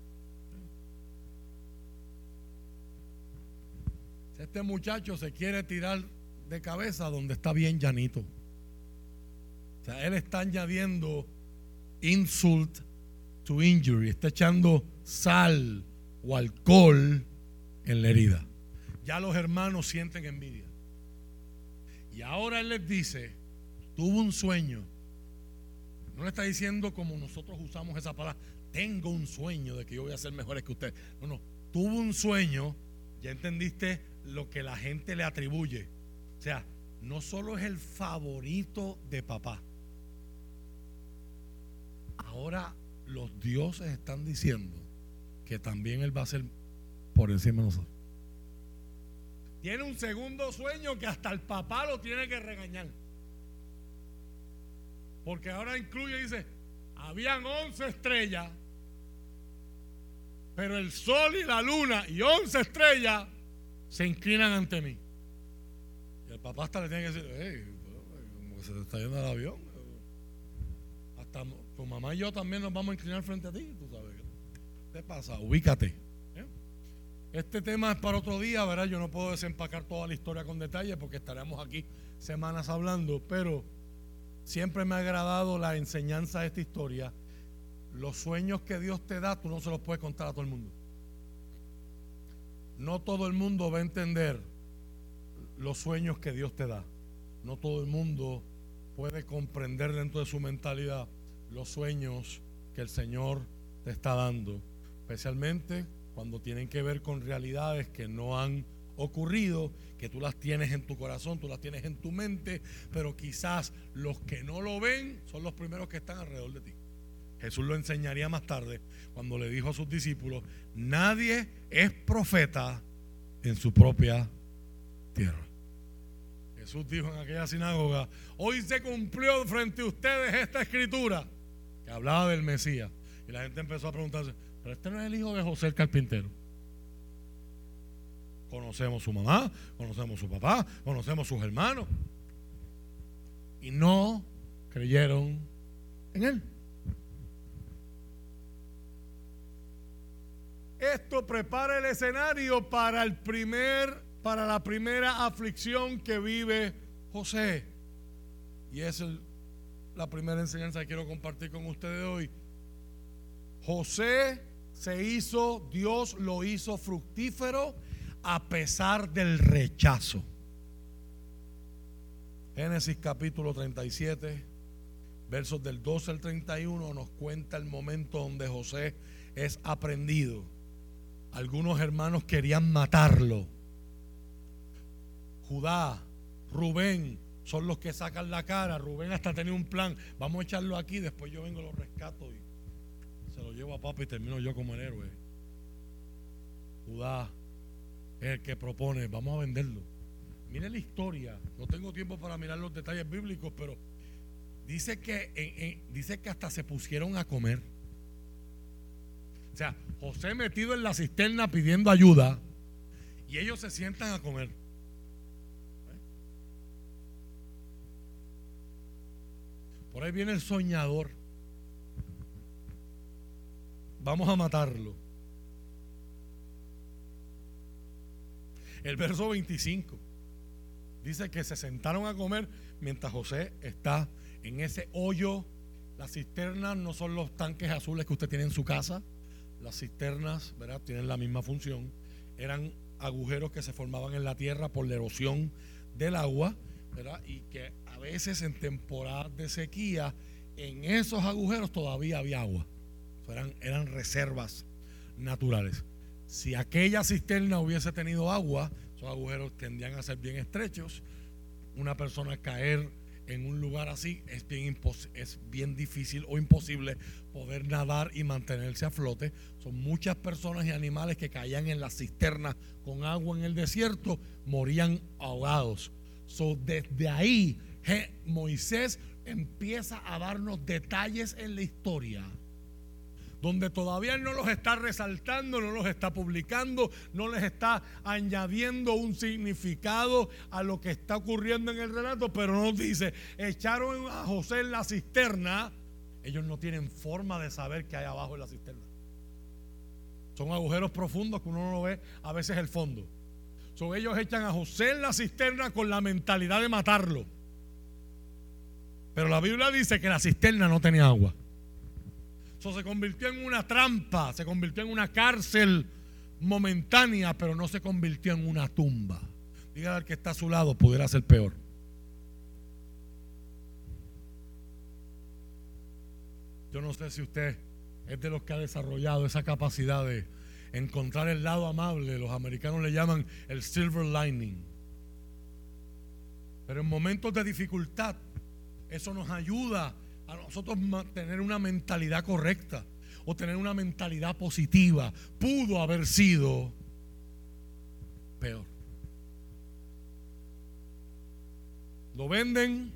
Este muchacho se quiere tirar de cabeza donde está bien llanito. O sea, él está añadiendo insult to injury, está echando sal o alcohol en la herida. Ya los hermanos sienten envidia. Y ahora él les dice: tuvo un sueño. No le está diciendo como nosotros usamos esa palabra, tengo un sueño de que yo voy a ser mejores que usted. No, no, tuvo un sueño. Ya entendiste lo que la gente le atribuye. O sea, no solo es el favorito de papá. Ahora los dioses están diciendo que también él va a ser por encima de nosotros. Tiene un segundo sueño que hasta el papá lo tiene que regañar. Porque ahora incluye, dice, habían once estrellas, pero el sol y la luna y once estrellas se inclinan ante mí. Y el papá hasta le tiene que decir: hey, como que se te está yendo el avión. Hasta tu mamá y yo también nos vamos a inclinar frente a ti. Tú sabes, ¿qué te pasa? Ubícate. ¿Eh? Este tema es para otro día, ¿verdad? Yo no puedo desempacar toda la historia con detalle porque estaremos aquí semanas hablando, pero siempre me ha agradado la enseñanza de esta historia. Los sueños que Dios te da, tú no se los puedes contar a todo el mundo. No todo el mundo va a entender los sueños que Dios te da. No todo el mundo puede comprender dentro de su mentalidad los sueños que el Señor te está dando, especialmente cuando tienen que ver con realidades que no han ocurrido, que tú las tienes en tu corazón, tú las tienes en tu mente, pero quizás los que no lo ven son los primeros que están alrededor de ti. Jesús lo enseñaría más tarde cuando le dijo a sus discípulos: nadie es profeta en su propia tierra. Jesús dijo en aquella sinagoga: hoy se cumplió frente a ustedes esta escritura, que hablaba del Mesías. Y la gente empezó a preguntarse: pero este no es el hijo de José el carpintero. Conocemos su mamá, conocemos su papá, conocemos sus hermanos, y no creyeron en él. Esto prepara el escenario para el primer, para la primera aflicción que vive José. Y esa es la primera enseñanza que quiero compartir con ustedes hoy. José se hizo, Dios lo hizo fructífero a pesar del rechazo. Génesis capítulo treinta y siete, versos del doce al treinta y uno, nos cuenta el momento donde José es aprendido. Algunos hermanos querían matarlo. Judá, Rubén son los que sacan la cara. Rubén hasta tenía un plan: vamos a echarlo aquí, después yo vengo, lo rescato y se lo llevo a papá y termino yo como el héroe. Judá es el que propone: vamos a venderlo. Mire la historia, no tengo tiempo para mirar los detalles bíblicos, pero dice que, en, en, dice que hasta se pusieron a comer. O sea, José metido en la cisterna pidiendo ayuda, y ellos se sientan a comer. Por ahí viene el soñador: vamos a matarlo. El verso veinticinco dice que se sentaron a comer mientras José está en ese hoyo. Las cisternas no son los tanques azules que usted tiene en su casa. Las cisternas, ¿verdad?, tienen la misma función. Eran agujeros que se formaban en la tierra por la erosión del agua, ¿verdad? Y que a veces en temporadas de sequía, en esos agujeros todavía había agua. Eran, eran reservas naturales. Si aquella cisterna hubiese tenido agua, esos agujeros tendían a ser bien estrechos. Una persona caer en un lugar así es bien, impos- es bien difícil o imposible poder nadar y mantenerse a flote. Son muchas personas y animales que caían en las cisternas con agua en el desierto, morían ahogados. So, desde ahí Je- Moisés empieza a darnos detalles en la historia donde todavía él no los está resaltando, no los está publicando, no les está añadiendo un significado a lo que está ocurriendo en el relato, pero nos dice: echaron a José en la cisterna. Ellos no tienen forma de saber qué hay abajo en la cisterna. Son agujeros profundos que uno no lo ve a veces el fondo. So, ellos echan a José en la cisterna con la mentalidad de matarlo, pero la Biblia dice que la cisterna no tenía agua. So, se convirtió en una trampa, se convirtió en una cárcel momentánea, pero no se convirtió en una tumba. Dígale al que está a su lado: pudiera ser peor. Yo no sé si usted es de los que ha desarrollado esa capacidad de encontrar el lado amable. Los americanos le llaman el silver lining. Pero en momentos de dificultad, eso nos ayuda a nosotros tener una mentalidad correcta o tener una mentalidad positiva. Pudo haber sido peor. Lo venden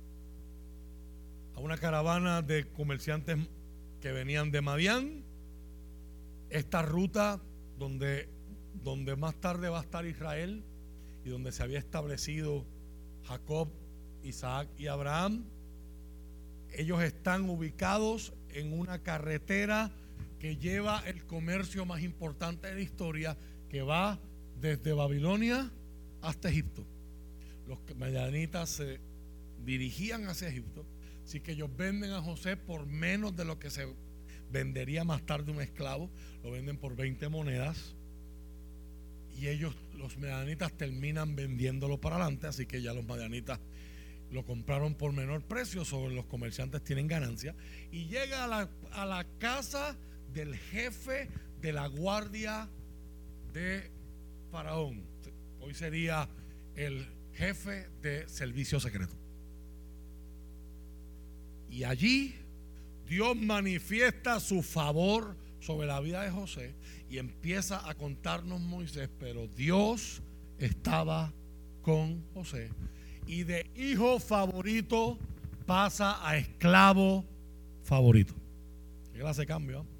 a una caravana de comerciantes que venían de Madián. Esta ruta donde, donde más tarde va a estar Israel y donde se había establecido Jacob, Isaac y Abraham. Ellos están ubicados en una carretera que lleva el comercio más importante de la historia, que va desde Babilonia hasta Egipto. Los madianitas se dirigían hacia Egipto, así que ellos venden a José por menos de lo que se vendería más tarde un esclavo. Lo venden por veinte monedas y ellos, los madianitas, terminan vendiéndolo para adelante. Así que ya los madianitas Lo compraron por menor precio, sobre los comerciantes tienen ganancia, y llega a la, a la casa del jefe de la guardia de Faraón. Hoy sería el jefe de servicio secreto. Y allí Dios manifiesta su favor sobre la vida de José y empieza a contarnos Moisés, pero Dios estaba con José, y de hijo favorito pasa a esclavo favorito. ¿Qué clase de cambio? ¿eh?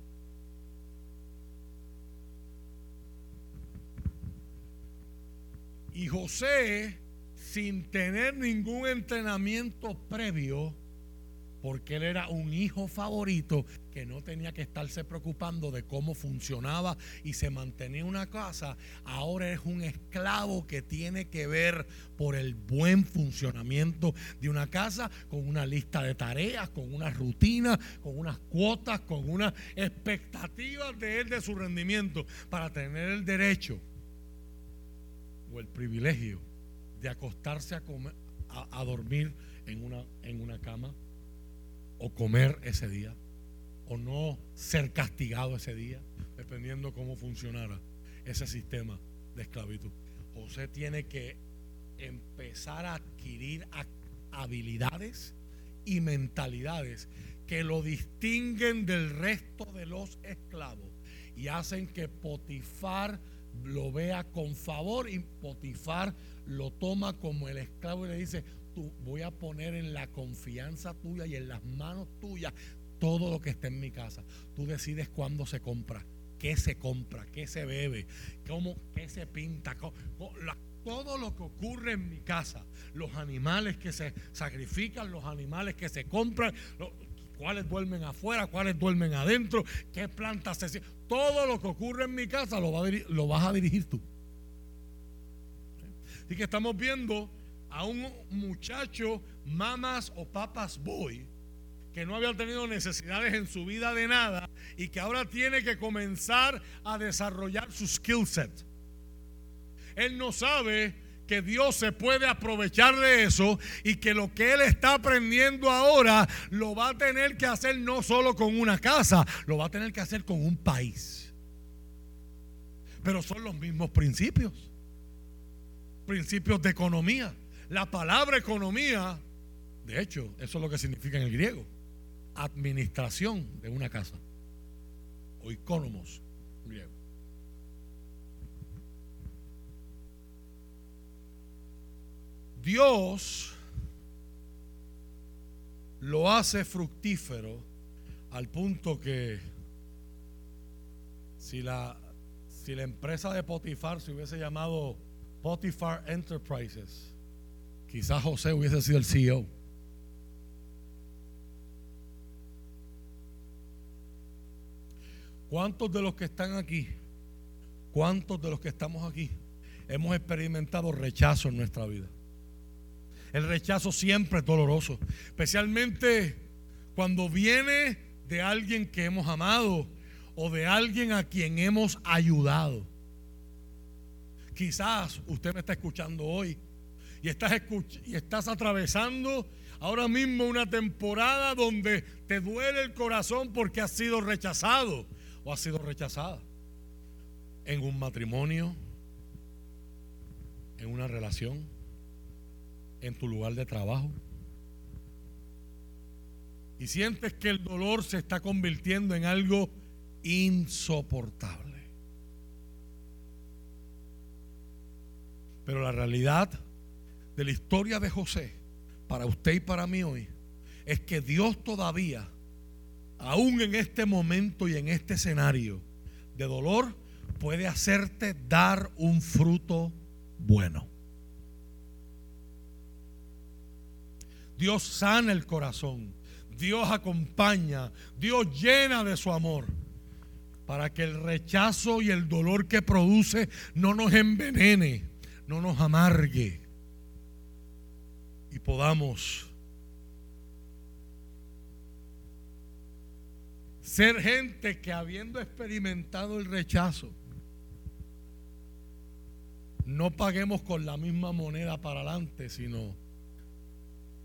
Y José, sin tener ningún entrenamiento previo, porque él era un hijo favorito que no tenía que estarse preocupando de cómo funcionaba y se mantenía en una casa, ahora es un esclavo que tiene que ver por el buen funcionamiento de una casa, con una lista de tareas, con una rutina, con unas cuotas, con unas expectativas de él, de su rendimiento, para tener el derecho o el privilegio de acostarse a, comer, a, a dormir en una, en una cama, o comer ese día, o no ser castigado ese día, dependiendo cómo funcionara ese sistema de esclavitud. José tiene que empezar a adquirir habilidades y mentalidades que lo distinguen del resto de los esclavos y hacen que Potifar lo vea con favor, y Potifar lo toma como el esclavo y le dice: tú, voy a poner en la confianza tuya y en las manos tuyas todo lo que esté en mi casa. Tú decides cuándo se compra, qué se compra, qué se bebe, cómo, qué se pinta, cómo, la, todo lo que ocurre en mi casa, los animales que se sacrifican, los animales que se compran, los, cuáles duermen afuera, cuáles duermen adentro, qué plantas se... Todo lo que ocurre en mi casa lo, va a, lo vas a dirigir tú. Así que estamos viendo a un muchacho mamas o papas boy que no había tenido necesidades en su vida de nada y que ahora tiene que comenzar a desarrollar su skill set. Él no sabe que Dios se puede aprovechar de eso y que lo que él está aprendiendo ahora lo va a tener que hacer no solo con una casa, lo va a tener que hacer con un país. Pero son los mismos principios, principios de economía. La palabra economía, de hecho, eso es lo que significa en el griego: administración de una casa, o economos griego. Dios lo hace fructífero al punto que si la, si la empresa de Potifar se hubiese llamado Potifar Enterprises, quizás José hubiese sido el C E O. ¿Cuántos de los que están aquí, cuántos de los que estamos aquí hemos experimentado rechazo en nuestra vida? El rechazo siempre es doloroso, especialmente cuando viene de alguien que hemos amado o de alguien a quien hemos ayudado. Quizás usted me está escuchando hoy y estás, escuch- y estás atravesando ahora mismo una temporada donde te duele el corazón porque has sido rechazado o has sido rechazada en un matrimonio, en una relación, en tu lugar de trabajo, y sientes que el dolor se está convirtiendo en algo insoportable. Pero la realidad de la historia de José para usted y para mí hoy es que Dios todavía, aún en este momento y en este escenario de dolor, puede hacerte dar un fruto bueno. Dios sana el corazón, Dios acompaña, Dios llena de su amor, para que el rechazo y el dolor que produce no nos envenene, no nos amargue, y podamos ser gente que, habiendo experimentado el rechazo, no paguemos con la misma moneda para adelante, sino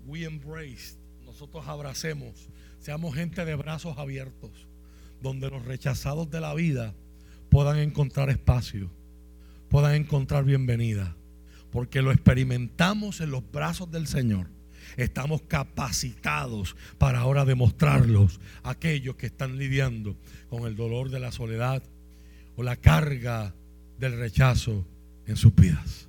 we embrace, nosotros abracemos, seamos gente de brazos abiertos, donde los rechazados de la vida puedan encontrar espacio, puedan encontrar bienvenida, porque lo experimentamos en los brazos del Señor. Estamos capacitados para ahora demostrarlos a aquellos que están lidiando con el dolor de la soledad o la carga del rechazo en sus vidas.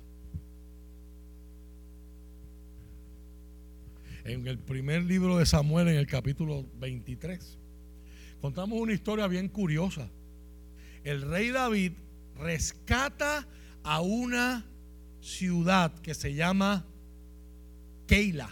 En el primer libro de Samuel, en el capítulo veintitrés, contamos una historia bien curiosa. El rey David rescata a una ciudad que se llama Keila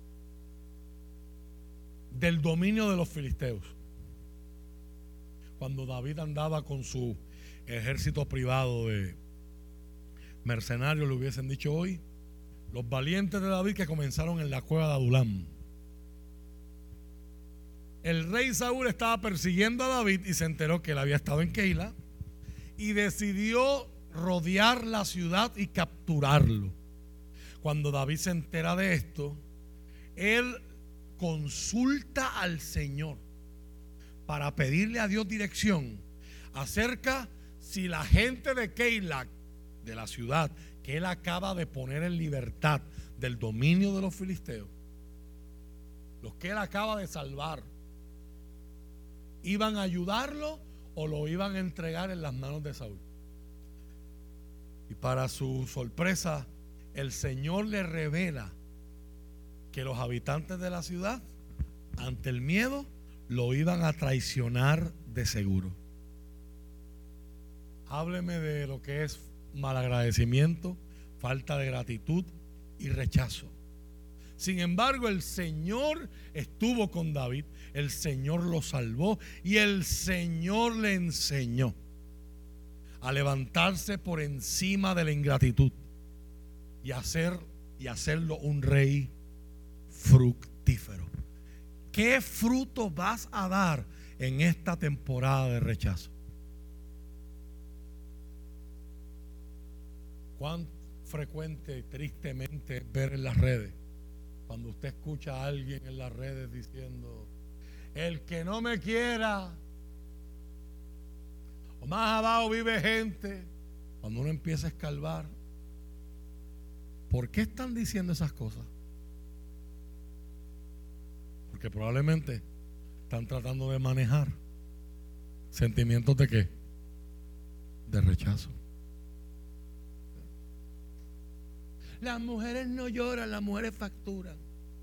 del dominio de los filisteos. Cuando David andaba con su ejército privado de mercenarios, le hubiesen dicho hoy, los valientes de David que comenzaron en la cueva de Adulam. El rey Saúl estaba persiguiendo a David y se enteró que él había estado en Keila y decidió rodear la ciudad y capturarlo. Cuando David se entera de esto, él consulta al Señor para pedirle a Dios dirección acerca si la gente de Keila, de la ciudad que él acaba de poner en libertad del dominio de los filisteos, los que él acaba de salvar, ¿iban a ayudarlo o lo iban a entregar en las manos de Saúl? Y para su sorpresa, el Señor le revela que los habitantes de la ciudad, ante el miedo, lo iban a traicionar de seguro. Hábleme de lo que es malagradecimiento, falta de gratitud y rechazo. Sin embargo, el Señor estuvo con David, el Señor lo salvó y el Señor le enseñó a levantarse por encima de la ingratitud y hacer y hacerlo un rey fructífero. ¿Qué fruto vas a dar en esta temporada de rechazo? ¿Cuán frecuente, tristemente, es ver en las redes, cuando usted escucha a alguien en las redes diciendo, el que no me quiera, o más abajo vive gente? Cuando uno empieza a escarbar, ¿por qué están diciendo esas cosas? Porque probablemente están tratando de manejar sentimientos de ¿qué? De rechazo. Las mujeres no lloran, las mujeres facturan.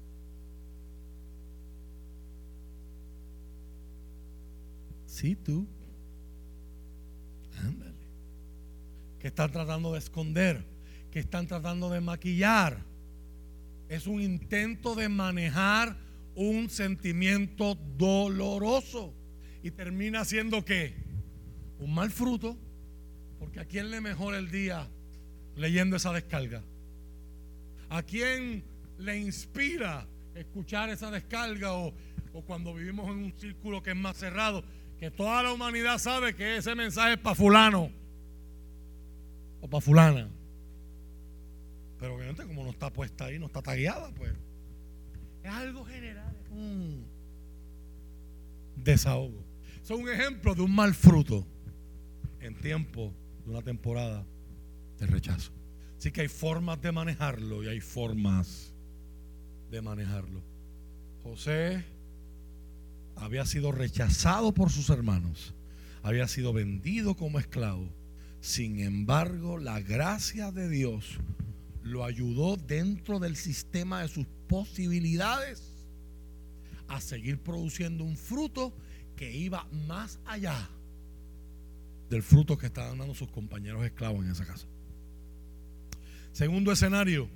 Sí, tú. Ándale. Que están tratando de esconder, que están tratando de maquillar. Es un intento de manejar un sentimiento doloroso y termina siendo ¿qué? Un mal fruto, porque ¿a quién le mejora el día leyendo esa descarga? ¿A quién le inspira escuchar esa descarga? O, o cuando vivimos en un círculo que es más cerrado, que toda la humanidad sabe que ese mensaje es para fulano o para fulana, pero obviamente como no está puesta ahí, no está tagueada, pues es algo general, es un desahogo. Es un ejemplo de un mal fruto en tiempo de una temporada de rechazo. Así que hay formas de manejarlo y hay formas de manejarlo. José había sido rechazado por sus hermanos, había sido vendido como esclavo. Sin embargo, la gracia de Dios lo ayudó dentro del sistema de sus posibilidades a seguir produciendo un fruto que iba más allá del fruto que estaban dando sus compañeros esclavos en esa casa. Segundo escenario.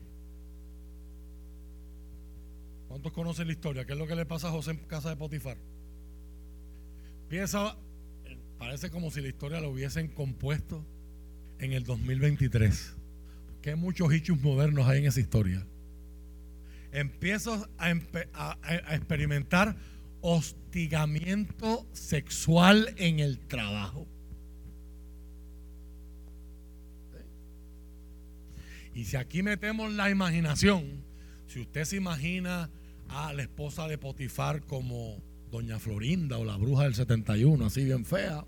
¿Cuántos conocen la historia? ¿Qué es lo que le pasa a José en casa de Potifar? Piensa, parece como si la historia la hubiesen compuesto en el dos mil veintitrés. Qué muchos hechos modernos hay en esa historia. Empiezas a, a, a experimentar hostigamiento sexual en el trabajo. Y si aquí metemos la imaginación, Si usted se imagina a la esposa de Potifar como Doña Florinda o la bruja del setenta y uno, así bien fea,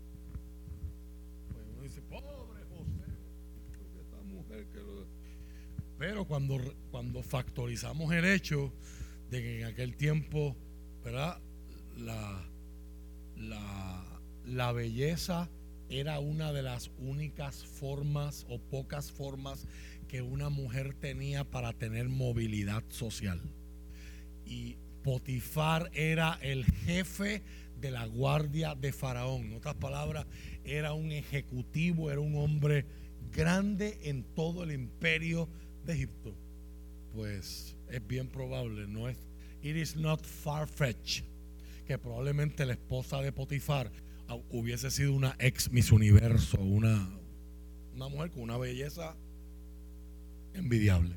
pues uno dice, pobre José, esta mujer que lo... Pero cuando, cuando factorizamos el hecho de que en aquel tiempo, ¿verdad?, la, la, la belleza era una de las únicas formas o pocas formas que una mujer tenía para tener movilidad social. Y Potifar era el jefe de la guardia de Faraón. En otras palabras, era un ejecutivo, era un hombre grande en todo el imperio de Egipto. Pues es bien probable, no es, it is not far-fetched, que probablemente la esposa de Potifar hubiese sido una ex Miss Universo, una, una mujer con una belleza envidiable.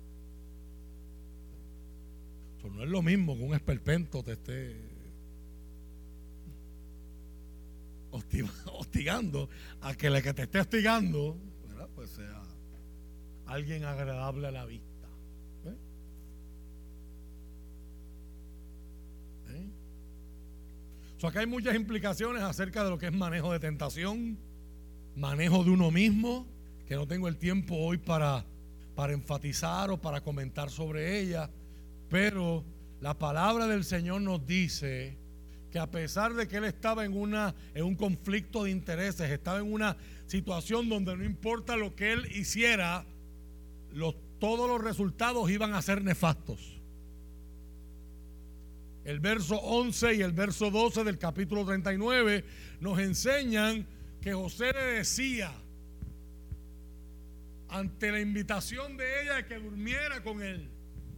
Eso no es lo mismo que un esperpento te esté hostigando a que la que te esté hostigando, ¿verdad?, pues sea alguien agradable a la vista. ¿Eh? ¿Eh? O sea, que hay muchas implicaciones acerca de lo que es manejo de tentación, manejo de uno mismo, que no tengo el tiempo hoy para, para enfatizar o para comentar sobre ella, pero la palabra del Señor nos dice que a pesar de que él estaba en, una, en un conflicto de intereses, estaba en una situación donde no importa lo que él hiciera, los, todos los resultados iban a ser nefastos. El verso once y el verso doce del capítulo treinta y nueve nos enseñan que José le decía, ante la invitación de ella de que durmiera con él,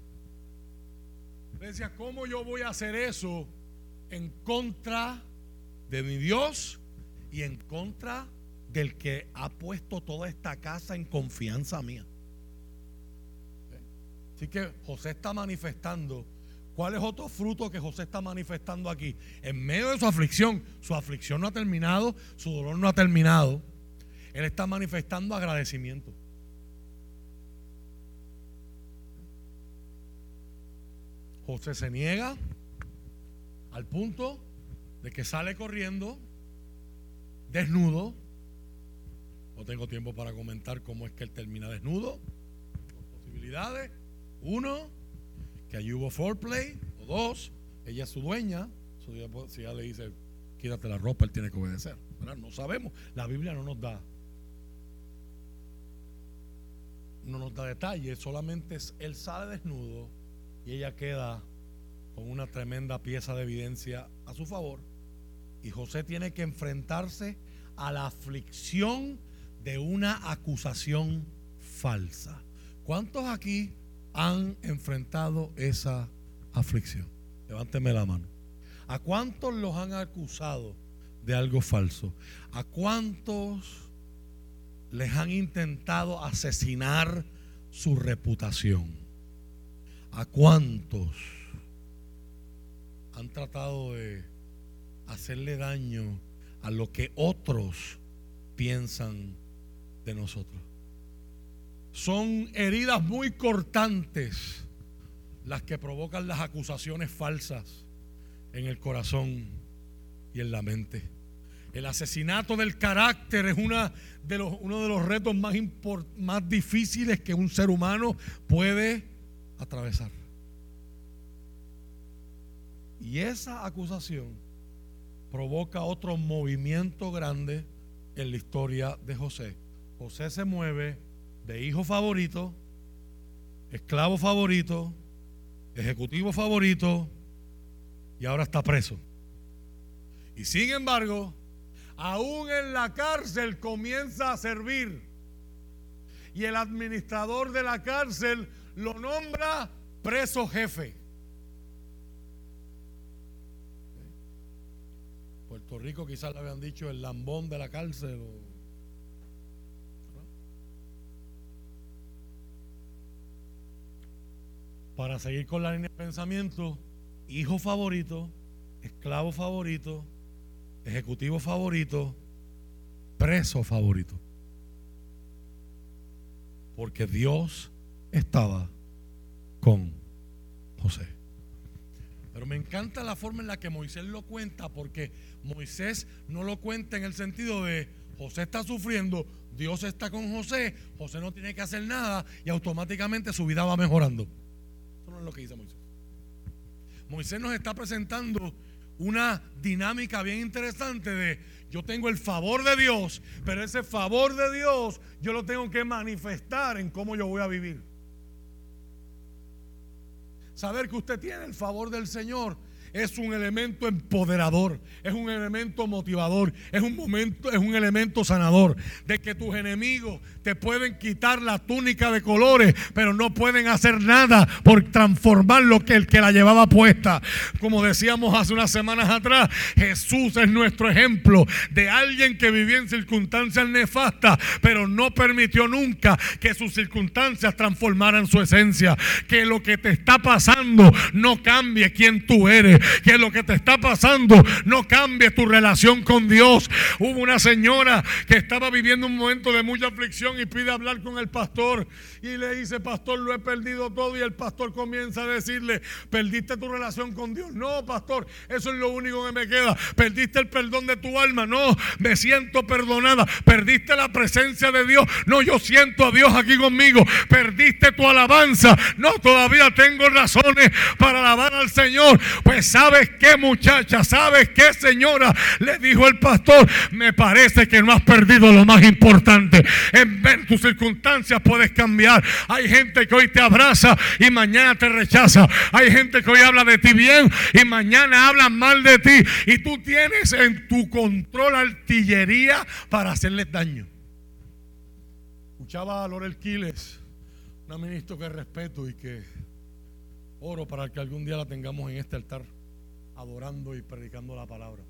le decía, ¿cómo yo voy a hacer eso en contra de mi Dios y en contra del que ha puesto toda esta casa en confianza mía? Así que José está manifestando. ¿Cuál es otro fruto que José está manifestando aquí? En medio de su aflicción, su aflicción no ha terminado, su dolor no ha terminado. Él está manifestando agradecimiento. José se niega al punto de que sale corriendo, desnudo. No tengo tiempo para comentar cómo es que él termina desnudo. Dos posibilidades. Uno, que allí hubo foreplay. O dos, ella es su dueña. Si ella le dice, quítate la ropa, él tiene que obedecer, ¿verdad? No sabemos. La Biblia no nos da no nos da detalles. Solamente es, él sale desnudo y ella queda con una tremenda pieza de evidencia a su favor. Y José tiene que enfrentarse a la aflicción de una acusación falsa. ¿Cuántos aquí han enfrentado esa aflicción? Levánteme la mano. ¿A cuántos los han acusado de algo falso? ¿A cuántos les han intentado asesinar su reputación? ¿A cuántos han tratado de hacerle daño a lo que otros piensan de nosotros? Son heridas muy cortantes las que provocan las acusaciones falsas en el corazón y en la mente. El asesinato del carácter es una de los, uno de los retos más, import, más difíciles que un ser humano puede atravesar. Y esa acusación provoca otro movimiento grande en la historia de José. José se mueve de hijo favorito, esclavo favorito, ejecutivo favorito, y ahora está preso. Y sin embargo, aún en la cárcel comienza a servir. Y el administrador de la cárcel lo nombra preso jefe. Puerto Rico quizás le habían dicho el lambón de la cárcel. O, para seguir con la línea de pensamiento, hijo favorito, esclavo favorito, ejecutivo favorito, preso favorito. Porque Dios estaba con José. Pero me encanta la forma en la que Moisés lo cuenta, porque Moisés no lo cuenta en el sentido de José está sufriendo, Dios está con José, José no tiene que hacer nada y automáticamente su vida va mejorando. Eso no es lo que dice Moisés. Moisés nos está presentando una dinámica bien interesante de yo tengo el favor de Dios, pero ese favor de Dios yo lo tengo que manifestar en cómo yo voy a vivir. Saber que usted tiene el favor del Señor es un elemento empoderador, es un elemento motivador, es un momento, es un elemento sanador. De que tus enemigos te pueden quitar la túnica de colores, pero no pueden hacer nada por transformar lo que el que la llevaba puesta. Como decíamos hace unas semanas atrás, Jesús es nuestro ejemplo de alguien que vivía en circunstancias nefastas, pero no permitió nunca que sus circunstancias transformaran su esencia. Que lo que te está pasando no cambie quién tú eres. Que lo que te está pasando no cambie tu relación con Dios. Hubo una señora que estaba viviendo un momento de mucha aflicción y pide hablar con el pastor y le dice: pastor, lo he perdido todo. Y el pastor comienza a decirle: ¿perdiste tu relación con Dios? No, pastor, eso es lo único que me queda. ¿Perdiste el perdón de tu alma? No, me siento perdonada. ¿Perdiste la presencia de Dios? No, yo siento a Dios aquí conmigo. ¿Perdiste tu alabanza? No, todavía tengo razones para alabar al Señor. Pues ¿sabes qué, muchacha? ¿Sabes qué, señora? Le dijo el pastor: me parece que no has perdido lo más importante. En ver tus circunstancias puedes cambiar. Hay gente que hoy te abraza y mañana te rechaza. Hay gente que hoy habla de ti bien y mañana hablan mal de ti. Y tú tienes en tu control artillería para hacerles daño. Escuchaba a Lorel Quiles, una ministra que respeto y que oro para que algún día la tengamos en este altar, adorando y predicando la palabra.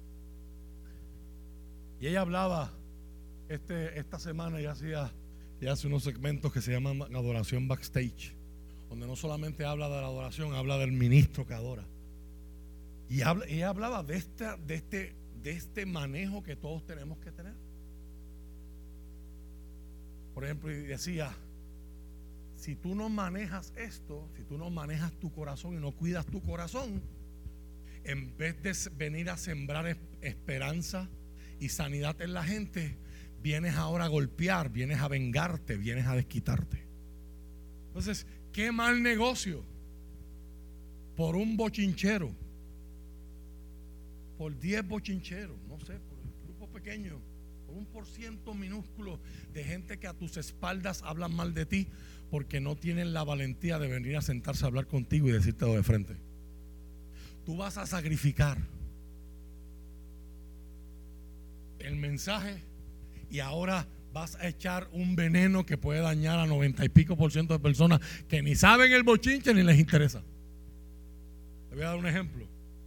Y ella hablaba este, esta semana y hacía, y hace unos segmentos que se llaman Adoración Backstage, donde no solamente habla de la adoración, habla del ministro que adora. Y habla, ella hablaba de, esta, de, este, de este manejo que todos tenemos que tener. Por ejemplo, y decía: si tú no manejas esto, si tú no manejas tu corazón y no cuidas tu corazón, en vez de venir a sembrar esperanza y sanidad en la gente, vienes ahora a golpear, vienes a vengarte, vienes a desquitarte. Entonces, qué mal negocio por un bochinchero, por diez bochincheros, no sé, por el grupo pequeño, por un por ciento minúsculo de gente que a tus espaldas hablan mal de ti, porque no tienen la valentía de venir a sentarse a hablar contigo y decírtelo de frente. Tú vas a sacrificar el mensaje y ahora vas a echar un veneno que puede dañar a noventa y pico por ciento de personas que ni saben el bochinche ni les interesa. Le voy a dar un ejemplo.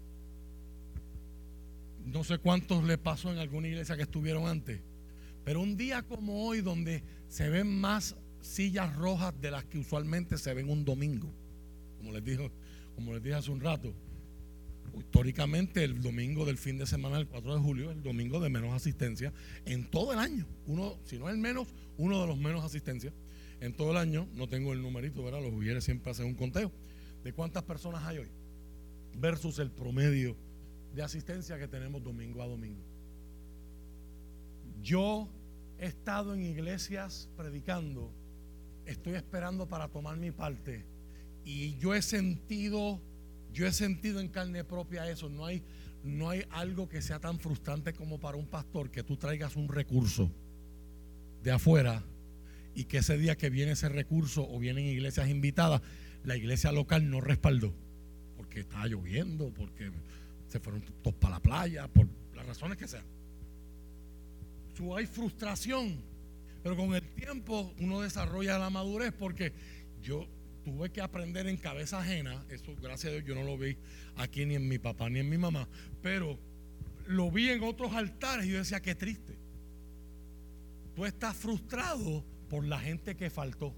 No sé cuántos le pasó en alguna iglesia que estuvieron antes, pero un día como hoy, donde se ven más sillas rojas de las que usualmente se ven un domingo, como les dijo, como les dije hace un rato, históricamente el domingo del fin de semana, el cuatro de julio, es el domingo de menos asistencia en todo el año. Uno, si no el menos, uno de los menos asistencia en todo el año. No tengo el numerito, ¿verdad? Los Ujieres siempre hacen un conteo de cuántas personas hay hoy versus el promedio de asistencia que tenemos domingo a domingo. Yo he estado en iglesias predicando, estoy esperando para tomar mi parte, y yo he sentido Yo he sentido en carne propia eso. No hay, no hay algo que sea tan frustrante como para un pastor que tú traigas un recurso de afuera y que ese día que viene ese recurso o vienen iglesias invitadas, la iglesia local no respaldó porque estaba lloviendo, porque se fueron todos para la playa, por las razones que sean. So, hay frustración, pero con el tiempo uno desarrolla la madurez, porque yo tuve que aprender en cabeza ajena. Eso, gracias a Dios, yo no lo vi aquí ni en mi papá ni en mi mamá, pero lo vi en otros altares y yo decía: qué triste. Tú estás frustrado por la gente que faltó,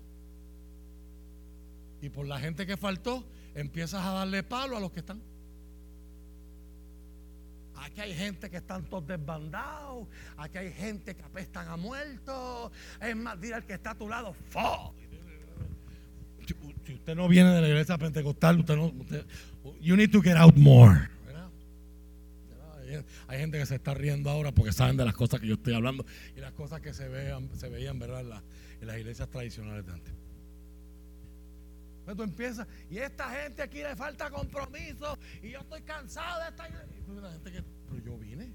y por la gente que faltó empiezas a darle palo a los que están. Aquí hay gente que están todos desbandados, aquí hay gente que apestan a muertos. Es más, dile al que está a tu lado: ¡fo! usted no viene de la iglesia pentecostal, usted no, usted, you need to get out more. ¿Verdad? ¿Verdad? Hay gente que se está riendo ahora porque saben de las cosas que yo estoy hablando y las cosas que se vean, se veían, ¿verdad? En, la, en las iglesias tradicionales de antes. Entonces tú empiezas, y esta gente aquí le falta compromiso, y yo estoy cansado de esta iglesia. Y la gente que, pero yo vine.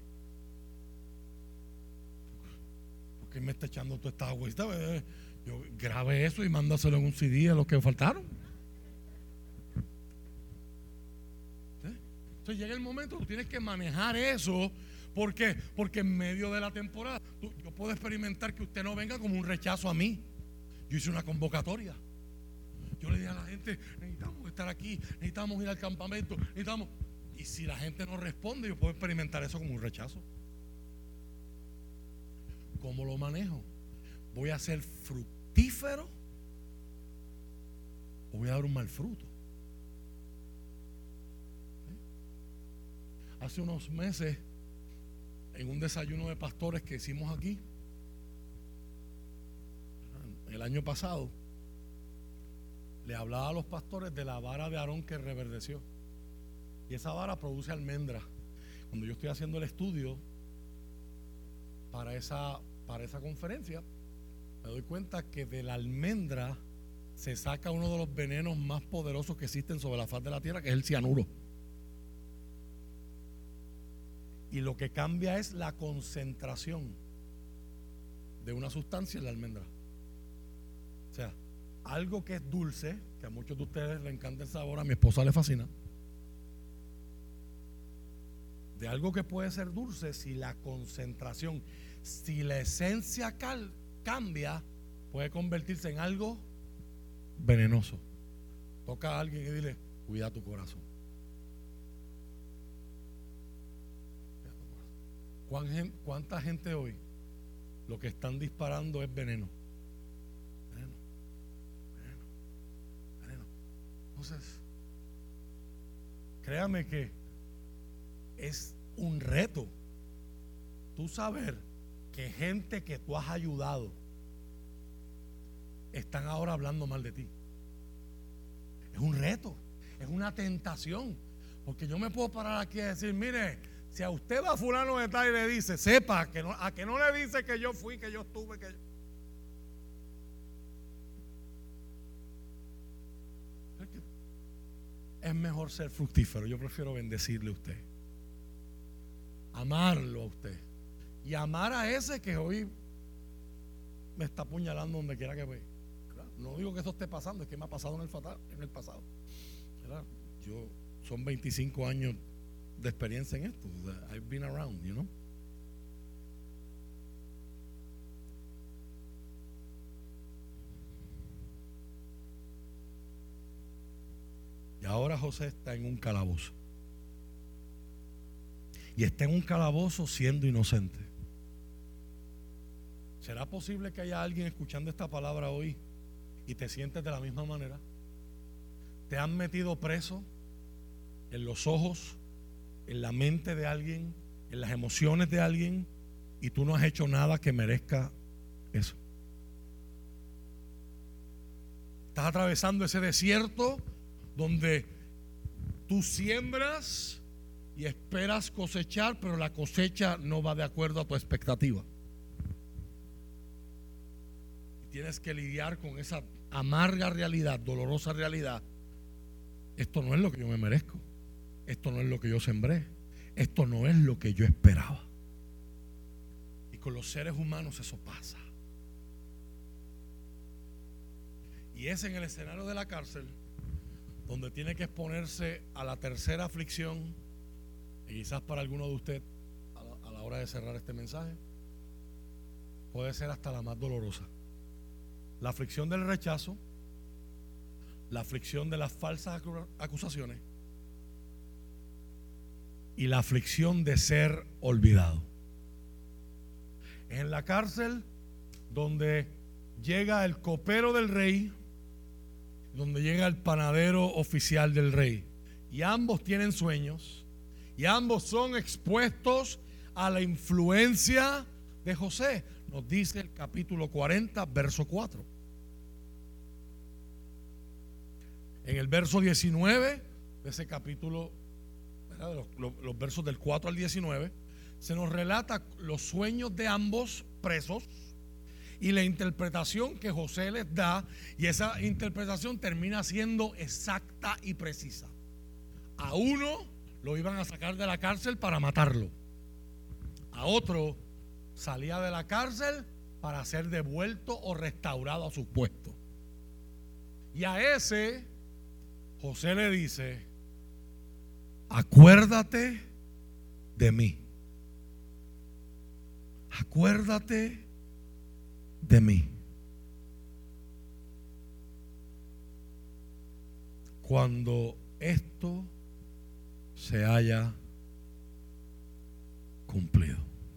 ¿Por qué me está echando toda esta agüita? Yo grabe eso y mándaselo en un C D a los que faltaron. ¿Sí? Entonces llega el momento, tú tienes que manejar eso. ¿Por qué? Porque en medio de la temporada tú, yo puedo experimentar que usted no venga como un rechazo a mí. Yo hice una convocatoria. Yo le dije a la gente, necesitamos estar aquí, necesitamos ir al campamento, necesitamos. Y si la gente no responde, yo puedo experimentar eso como un rechazo. ¿Cómo lo manejo? ¿Voy a ser fructífero o voy a dar un mal fruto? ¿Sí? Hace unos meses, en un desayuno de pastores que hicimos aquí, el año pasado, le hablaba a los pastores de la vara de Aarón que reverdeció. Y esa vara produce almendra. Cuando yo estoy haciendo el estudio para esa, para esa conferencia, me doy cuenta que de la almendra se saca uno de los venenos más poderosos que existen sobre la faz de la tierra, que es el cianuro. Y lo que cambia es la concentración de una sustancia en la almendra. O sea, algo que es dulce, que a muchos de ustedes les encanta el sabor, a mi esposa le fascina. De algo que puede ser dulce, si la concentración, si la esencia cal, cambia, puede convertirse en algo venenoso. Toca a alguien y dile, cuida tu corazón. ¿Cuánta gente hoy lo que están disparando es veneno? Veneno, veneno, veneno. Entonces, créame que es un reto tú saber que gente que tú has ayudado están ahora hablando mal de ti. Es un reto, es una tentación, porque yo me puedo parar aquí y decir, mire, si a usted va a fulano de tal y le dice, sepa que no, a que no le dice que yo fui, que yo estuve, que yo... Es mejor ser fructífero. Yo prefiero bendecirle a usted, amarlo a usted y amar a ese que hoy me está apuñalando donde quiera que ve. No digo que eso esté pasando, es que me ha pasado en el, fatal, en el pasado. ¿Verdad? Yo son veinticinco años de experiencia en esto. O sea, I've been around, you know. Y ahora José está en un calabozo. Y está en un calabozo siendo inocente. ¿Será posible que haya alguien escuchando esta palabra hoy y te sientes de la misma manera? Te han metido preso en los ojos, en la mente de alguien, en las emociones de alguien, y tú no has hecho nada que merezca eso. Estás atravesando ese desierto donde tú siembras y esperas cosechar, pero la cosecha no va de acuerdo a tu expectativa. Y tienes que lidiar con esa amarga realidad, dolorosa realidad. Esto no es lo que yo me merezco. Esto no es lo que yo sembré. Esto no es lo que yo esperaba. Y con los seres humanos eso pasa. Y es en el escenario de la cárcel donde tiene que exponerse a la tercera aflicción, y quizás para alguno de ustedes a la, a la hora de cerrar este mensaje puede ser hasta la más dolorosa: la aflicción del rechazo, la aflicción de las falsas acusaciones y la aflicción de ser olvidado. Es en la cárcel donde llega el copero del rey, donde llega el panadero oficial del rey, y ambos tienen sueños y ambos son expuestos a la influencia de José. Nos dice el capítulo cuarenta, verso cuatro. En el verso diecinueve de ese capítulo, ¿verdad?, los, los, los versos del cuatro al diecinueve, se nos relata los sueños de ambos presos y la interpretación que José les da, y esa interpretación termina siendo exacta y precisa. A uno lo iban a sacar de la cárcel para matarlo, a otro salía de la cárcel para ser devuelto o restaurado a su puesto, y a ese José le dice: acuérdate de mí, acuérdate de mí cuando esto se haya cumplido.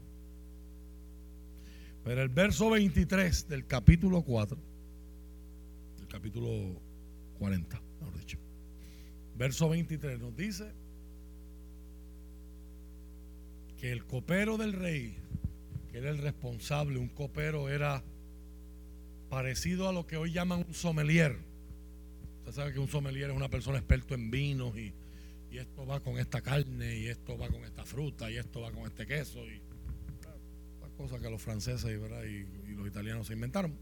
Pero el verso veintitrés del capítulo cuatro, del capítulo cuarenta, mejor dicho, verso veintitrés nos dice que el copero del rey, que era el responsable, un copero era parecido a lo que hoy llaman un sommelier. Usted sabe que un sommelier es una persona experta en vinos, y, y esto va con esta carne, y esto va con esta fruta, y esto va con este queso, y las cosas que los franceses, ¿verdad?, y, y los italianos se inventaron.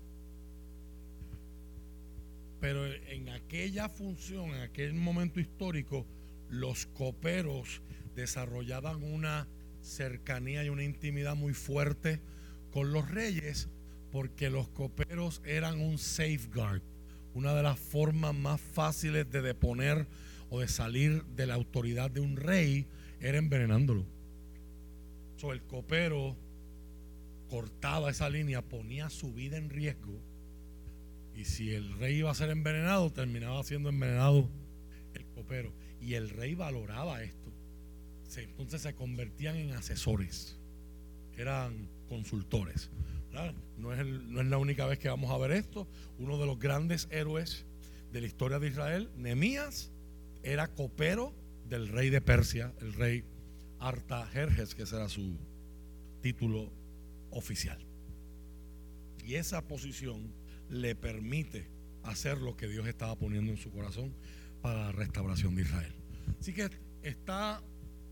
Pero en aquella función, en aquel momento histórico, los coperos desarrollaban una cercanía y una intimidad muy fuerte con los reyes, porque los coperos eran un safeguard, una de las formas más fáciles de deponer o de salir de la autoridad de un rey era envenenándolo. So, el copero cortaba esa línea, ponía su vida en riesgo, y si el rey iba a ser envenenado, terminaba siendo envenenado el copero, y el rey valoraba esto. Entonces se convertían en asesores, eran consultores, ¿verdad? No es, el, no es la única vez que vamos a ver esto. Uno de los grandes héroes de la historia de Israel, Nehemías, era copero del rey de Persia, el rey Artajerjes, que ese era su título oficial. Y esa posición le permite hacer lo que Dios estaba poniendo en su corazón para la restauración de Israel. Así que está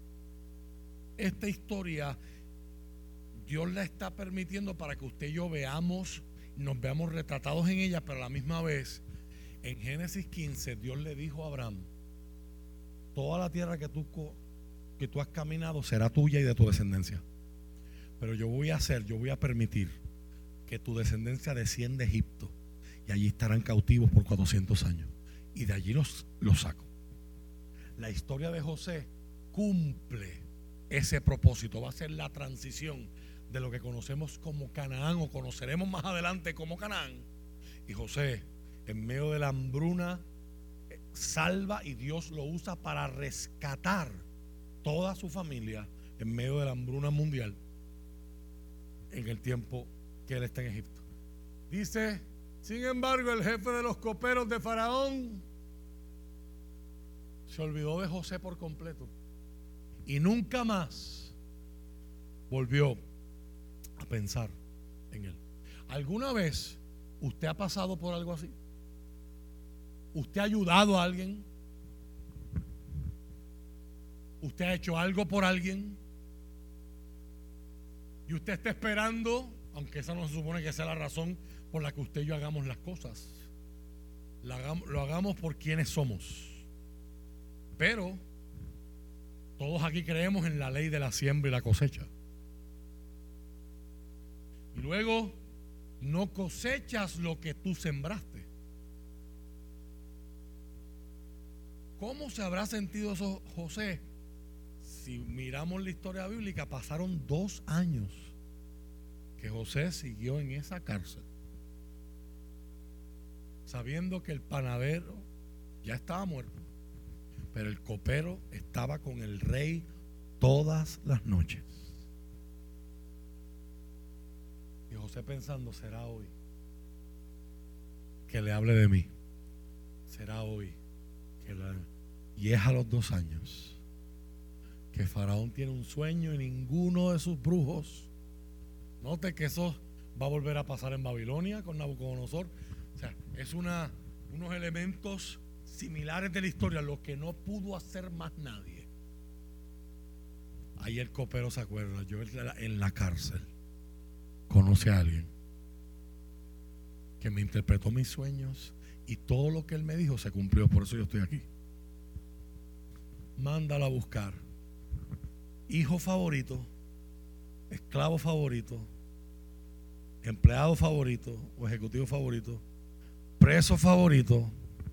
esta historia, Dios la está permitiendo para que usted y yo veamos, nos veamos retratados en ella, pero a la misma vez, en Génesis quince, Dios le dijo a Abraham: toda la tierra que tú, que tú has caminado será tuya y de tu descendencia, pero yo voy a hacer, yo voy a permitir que tu descendencia descienda a Egipto, y allí estarán cautivos por cuatrocientos años, y de allí los, los saco. La historia de José cumple ese propósito, va a ser la transición de lo que conocemos como Canaán, o conoceremos más adelante como Canaán. Y José, en medio de la hambruna, salva, y Dios lo usa para rescatar toda su familia en medio de la hambruna mundial en el tiempo que él está en Egipto. Dice: sin embargo, el jefe de los coperos de Faraón se olvidó de José por completo y nunca más volvió a pensar en él. ¿Alguna vez usted ha pasado por algo así? ¿Usted ha ayudado a alguien? ¿Usted ha hecho algo por alguien? Y usted está esperando, aunque esa no se supone que sea la razón por la que usted y yo hagamos las cosas, lo hagamos, lo hagamos por quienes somos. Pero todos aquí creemos en la ley de la siembra y la cosecha. Y luego no cosechas lo que tú sembraste. ¿Cómo se habrá sentido eso José? Si miramos la historia bíblica, pasaron dos años que José siguió en esa cárcel, sabiendo que el panadero ya estaba muerto, pero el copero estaba con el rey todas las noches. Y José pensando: será hoy que le hable de mí, será hoy que la... Y es a los dos años que Faraón tiene un sueño, y ninguno de sus brujos, note que eso va a volver a pasar en Babilonia con Nabucodonosor, o sea, es una, unos elementos similares de la historia, lo que no pudo hacer más nadie. Ahí el copero se acuerda, yo en la cárcel conoce a alguien que me interpretó mis sueños y todo lo que él me dijo se cumplió, por eso yo estoy aquí. Mándala a buscar. Hijo favorito, esclavo favorito, empleado favorito o ejecutivo favorito, preso favorito,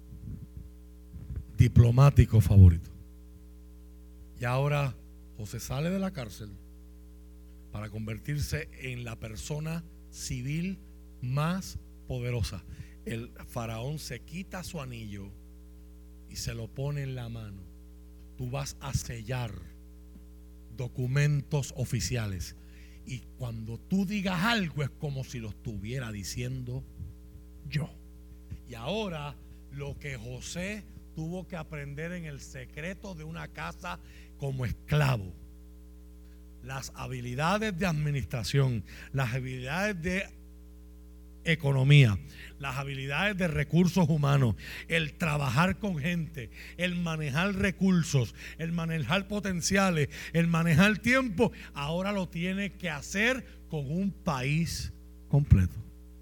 diplomático favorito. Y ahora José sale de la cárcel para convertirse en la persona civil más poderosa. El faraón se quita su anillo y se lo pone en la mano. Tú vas a sellar documentos oficiales y cuando tú digas algo es como si lo estuviera diciendo yo. Y ahora lo que José tuvo que aprender en el secreto de una casa como esclavo, las habilidades de administración, las habilidades de economía, las habilidades de recursos humanos, el trabajar con gente, el manejar recursos, el manejar potenciales, el manejar tiempo, ahora lo tiene que hacer con un país completo.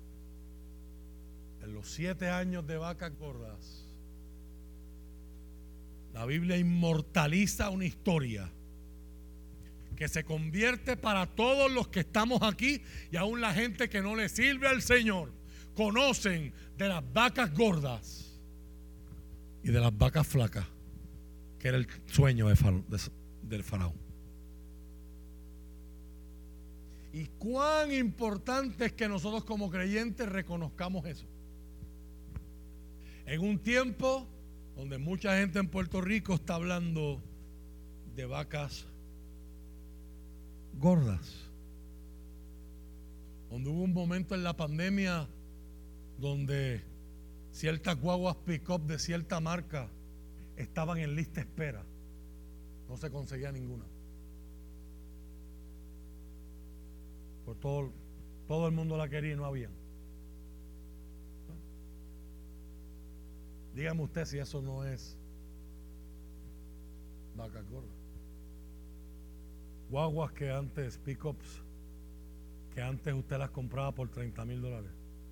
En los siete años de vacas gordas, la Biblia inmortaliza una historia que se convierte para todos los que estamos aquí y aún la gente que no le sirve al Señor. Conocen de las vacas gordas y de las vacas flacas, que era el sueño de faraón, de, del faraón. Y cuán importante es que nosotros como creyentes reconozcamos eso. En un tiempo donde mucha gente en Puerto Rico está hablando de vacas gordas, donde hubo un momento en la pandemia donde ciertas guaguas pick-up de cierta marca estaban en lista de espera, no se conseguía ninguna. Por todo, todo el mundo la quería y no había. Dígame usted si eso no es vacas gordas. Guaguas que antes, pick-ups, que antes usted las compraba por treinta mil dólares,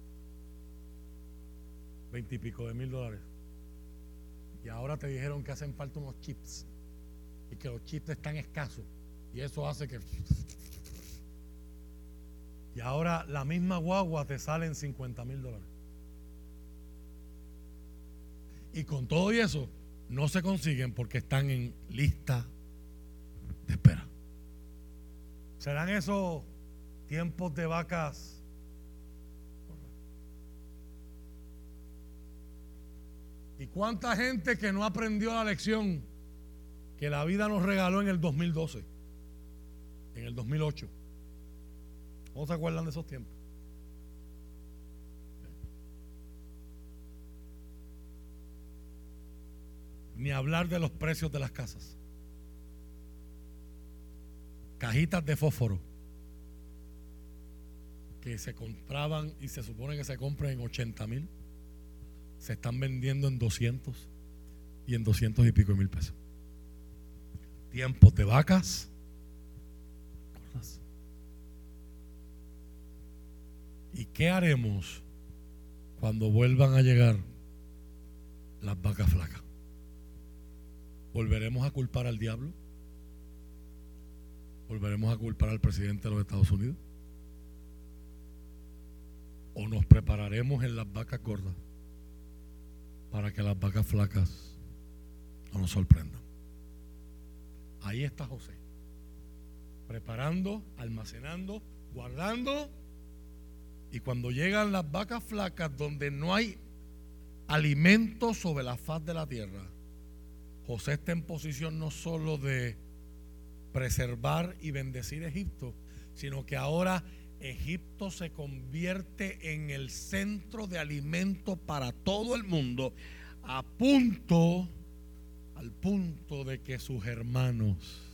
veinte y pico de mil dólares, y ahora te dijeron que hacen falta unos chips y que los chips están escasos y eso hace que, y ahora la misma guagua te sale en cincuenta mil dólares, y con todo y eso no se consiguen porque están en lista de espera. ¿Serán esos tiempos de vacas? ¿Y cuánta gente que no aprendió la lección que la vida nos regaló en el dos mil doce, en el dos mil ocho? ¿Cómo se acuerdan de esos tiempos? Ni hablar de los precios de las casas. Cajitas de fósforo que se compraban y se supone que se compran en ochenta mil, se están vendiendo en doscientos y en doscientos y pico mil pesos. Tiempos de vacas gordas. ¿Y qué haremos cuando vuelvan a llegar las vacas flacas? ¿Volveremos a culpar al diablo? ¿Volveremos a culpar al presidente de los Estados Unidos? ¿O nos prepararemos en las vacas gordas para que las vacas flacas no nos sorprendan? Ahí está José, preparando, almacenando, guardando, y cuando llegan las vacas flacas donde no hay alimento sobre la faz de la tierra, José está en posición no solo de preservar y bendecir Egipto, sino que ahora Egipto se convierte en el centro de alimento para todo el mundo, a punto, al punto de que sus hermanos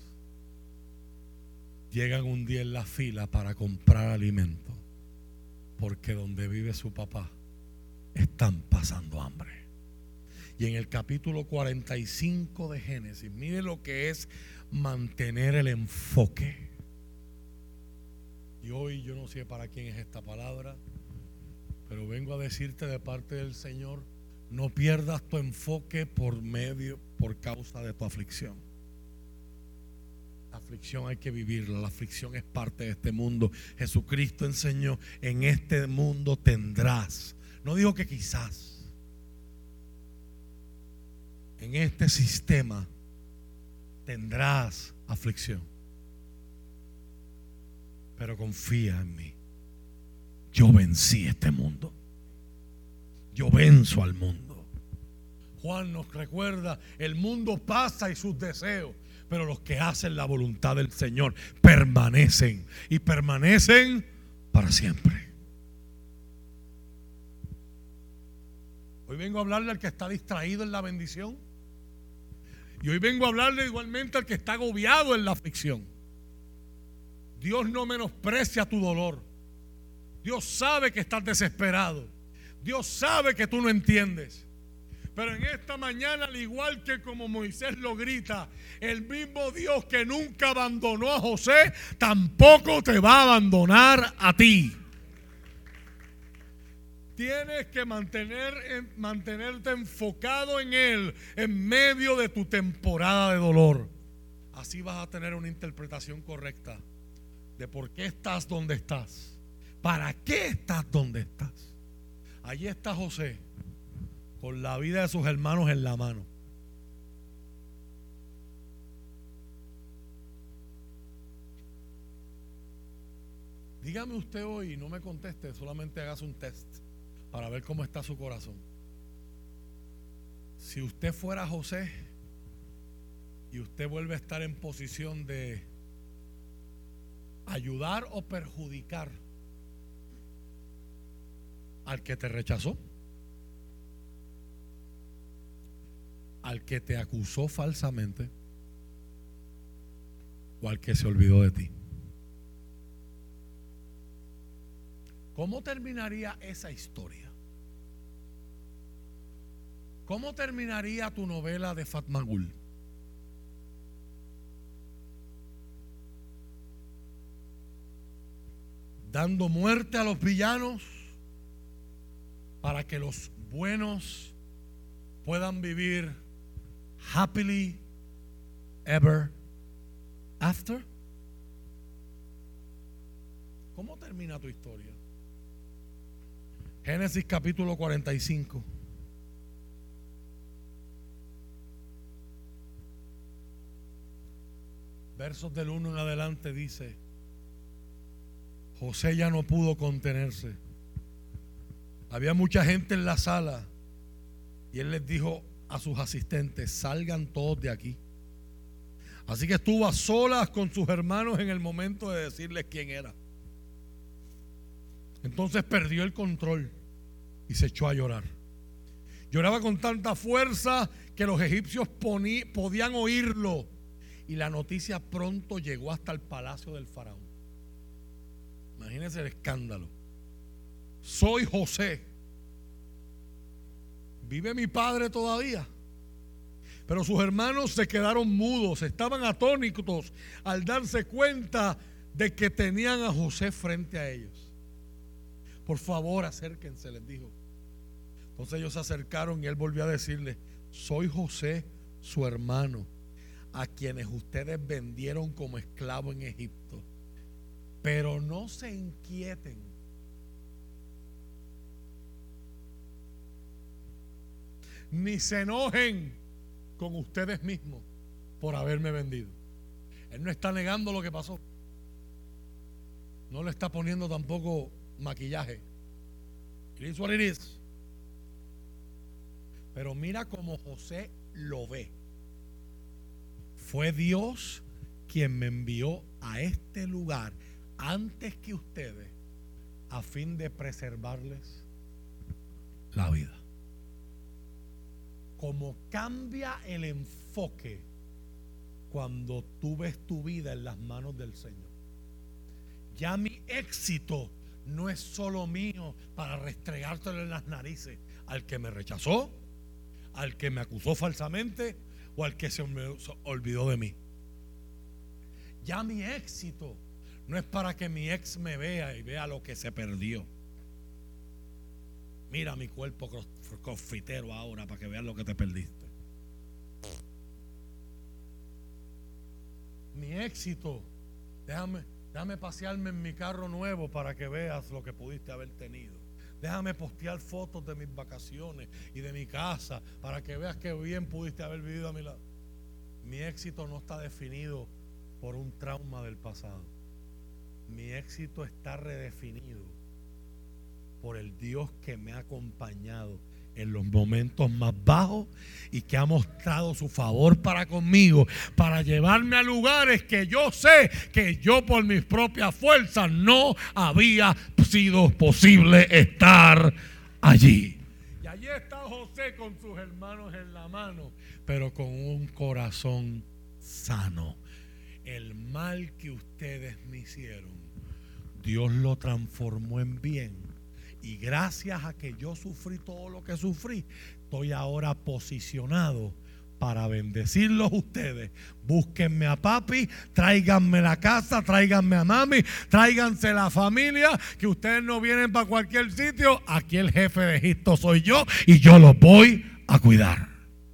llegan un día en la fila para comprar alimento, porque donde vive su papá están pasando hambre. Y en el capítulo cuarenta y cinco de Génesis, mire lo que es mantener el enfoque. Y hoy yo no sé para quién es esta palabra, pero vengo a decirte de parte del Señor: no pierdas tu enfoque por medio, por causa de tu aflicción. La aflicción hay que vivirla, la aflicción es parte de este mundo. Jesucristo enseñó: en este mundo tendrás, no dijo que quizás, en este sistema tendrás aflicción, pero confía en mí. Yo vencí este mundo. Yo venzo al mundo. Juan nos recuerda: el mundo pasa y sus deseos, pero los que hacen la voluntad del Señor permanecen, y permanecen para siempre. Hoy vengo a hablarle al que está distraído en la bendición, y hoy vengo a hablarle igualmente al que está agobiado en la aflicción. Dios no menosprecia tu dolor. Dios sabe que estás desesperado. Dios sabe que tú no entiendes. Pero en esta mañana, al igual que como Moisés lo grita, el mismo Dios que nunca abandonó a José tampoco te va a abandonar a ti. Tienes que mantener, mantenerte enfocado en Él en medio de tu temporada de dolor. Así vas a tener una interpretación correcta de por qué estás donde estás, para qué estás donde estás. Allí está José, con la vida de sus hermanos en la mano. Dígame usted hoy, no me conteste, solamente hágase un test para ver cómo está su corazón. Si usted fuera José y usted vuelve a estar en posición de ayudar o perjudicar al que te rechazó, al que te acusó falsamente, o al que se olvidó de ti, ¿cómo terminaría esa historia? ¿Cómo terminaría tu novela de Fatmagul? Dando muerte a los villanos para que los buenos puedan vivir happily ever after. ¿Cómo termina tu historia? Génesis capítulo cuarenta y cinco. Versos del uno en adelante dice: José ya no pudo contenerse. Había mucha gente en la sala y él les dijo a sus asistentes: salgan todos de aquí. Así que estuvo a solas con sus hermanos en el momento de decirles quién era. Entonces perdió el control y se echó a llorar. Lloraba con tanta fuerza que los egipcios poní, podían oírlo, y la noticia pronto llegó hasta el palacio del faraón. Imagínense el escándalo. Soy José. ¿Vive mi padre todavía? Pero sus hermanos se quedaron mudos, estaban atónitos al darse cuenta de que tenían a José frente a ellos. Por favor, acérquense, les dijo. Entonces ellos se acercaron y él volvió a decirles: soy José, su hermano, a quienes ustedes vendieron como esclavo en Egipto. Pero no se inquieten. Ni se enojen con ustedes mismos por haberme vendido. Él no está negando lo que pasó. No le está poniendo tampoco maquillaje. It is what it is. Pero mira cómo José lo ve. Fue Dios quien me envió a este lugar antes que ustedes, a fin de preservarles la vida. Como cambia el enfoque cuando tú ves tu vida en las manos del Señor. Ya mi éxito no es solo mío para restregártelo en las narices al que me rechazó, al que me acusó falsamente o al que se me olvidó de mí. Ya mi éxito no es para que mi ex me vea y vea lo que se perdió. Mira mi cuerpo crossfitero ahora para que veas lo que te perdiste. Mi éxito, déjame, déjame pasearme en mi carro nuevo para que veas lo que pudiste haber tenido. Déjame postear fotos de mis vacaciones y de mi casa para que veas que bien pudiste haber vivido a mi lado. Mi éxito no está definido por un trauma del pasado. Mi éxito está redefinido por el Dios que me ha acompañado en los momentos más bajos y que ha mostrado su favor para conmigo, para llevarme a lugares que yo sé que yo por mis propias fuerzas no había sido posible estar allí. Y allí está José con sus hermanos en la mano, pero con un corazón sano. El mal que ustedes me hicieron, Dios lo transformó en bien. Y gracias a que yo sufrí todo lo que sufrí, estoy ahora posicionado para bendecirlos ustedes. Búsquenme a papi, tráiganme la casa, tráiganme a mami, tráiganse la familia, que ustedes no vienen para cualquier sitio. Aquí el jefe de Egipto soy yo y yo los voy a cuidar.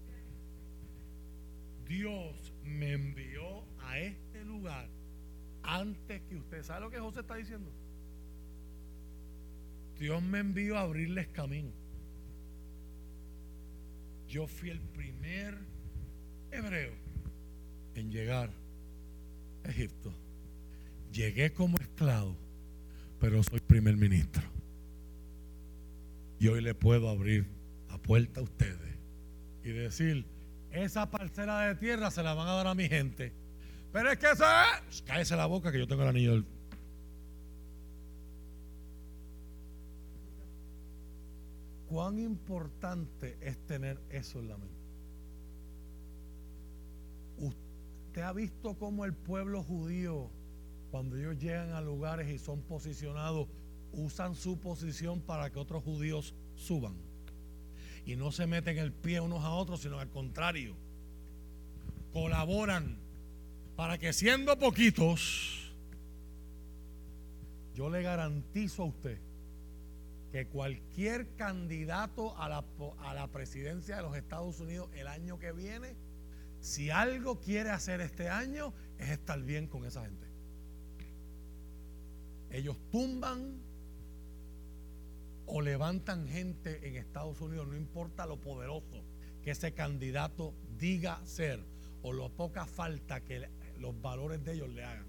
Dios me envió a este lugar antes que ustedes. ¿Sabe lo que José está diciendo? Dios me envió a abrirles camino. Yo fui el primer hebreo en llegar a Egipto. Llegué como esclavo, pero soy primer ministro. Y hoy le puedo abrir la puerta a ustedes y decir: esa parcela de tierra se la van a dar a mi gente. Pero es que eso es, cállese la boca que yo tengo el anillo del... ¿Cuán importante es tener eso en la mente? Usted ha visto cómo el pueblo judío, cuando ellos llegan a lugares y son posicionados, usan su posición para que otros judíos suban. Y no se meten el pie unos a otros, sino al contrario. Colaboran para que, siendo poquitos, yo le garantizo a usted que cualquier candidato a la, a la presidencia de los Estados Unidos el año que viene, si algo quiere hacer este año, es estar bien con esa gente. Ellos tumban o levantan gente en Estados Unidos, no importa lo poderoso que ese candidato diga ser o lo poca falta que los valores de ellos le hagan.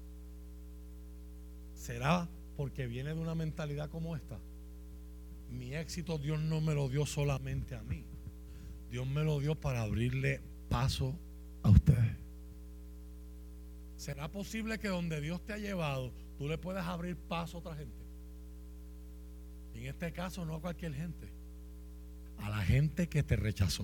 ¿Será porque viene de una mentalidad como esta? Mi éxito Dios no me lo dio solamente a mí. Dios me lo dio para abrirle paso a ustedes. ¿Será posible que donde Dios te ha llevado, tú le puedas abrir paso a otra gente? Y en este caso no a cualquier gente. A la gente que te rechazó.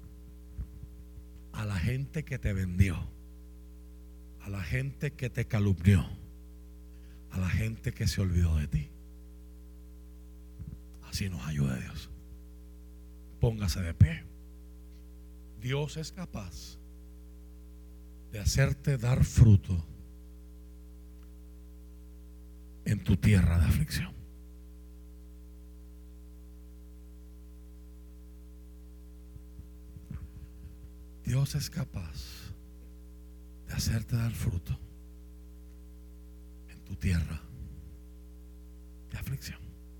A la gente que te vendió. A la gente que te calumnió. A la gente que se olvidó de ti. Así nos ayude Dios. Póngase de pie. Dios es capaz de hacerte dar fruto en tu tierra de aflicción. Dios es capaz de hacerte dar fruto en tu tierra de aflicción.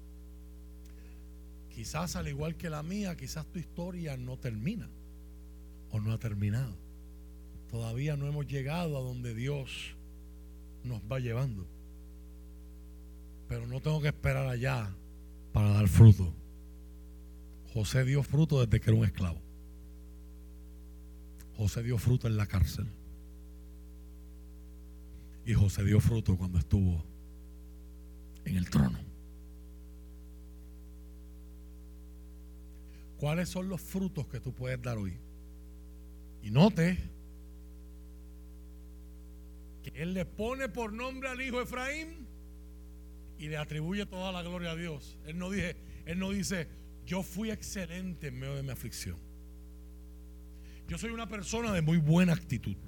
Quizás al igual que la mía, quizás tu historia no termina o no ha terminado. Todavía no hemos llegado a donde Dios nos va llevando. Pero no tengo que esperar allá para dar fruto. José dio fruto desde que era un esclavo. José dio fruto en la cárcel. Y José dio fruto cuando estuvo en el trono. ¿Cuáles son los frutos que tú puedes dar hoy? Y note que él le pone por nombre al hijo Efraín y le atribuye toda la gloria a Dios. Él no dice, él no dice, yo fui excelente en medio de mi aflicción. Yo soy una persona de muy buena actitud.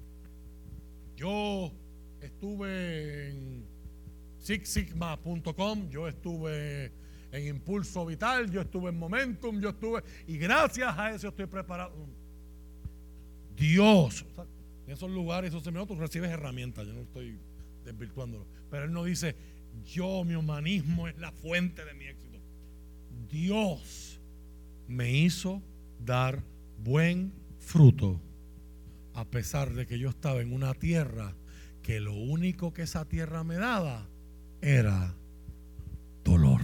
Yo estuve en six sigma punto com, yo estuve en Impulso Vital, yo estuve en Momentum, yo estuve, y gracias a eso estoy preparado. Dios, o sea, en esos lugares, esos seminarios, tú recibes herramientas, yo no estoy desvirtuándolo, pero Él no dice, yo, mi humanismo es la fuente de mi éxito. Dios me hizo dar buen fruto, a pesar de que yo estaba en una tierra que lo único que esa tierra me daba era dolor.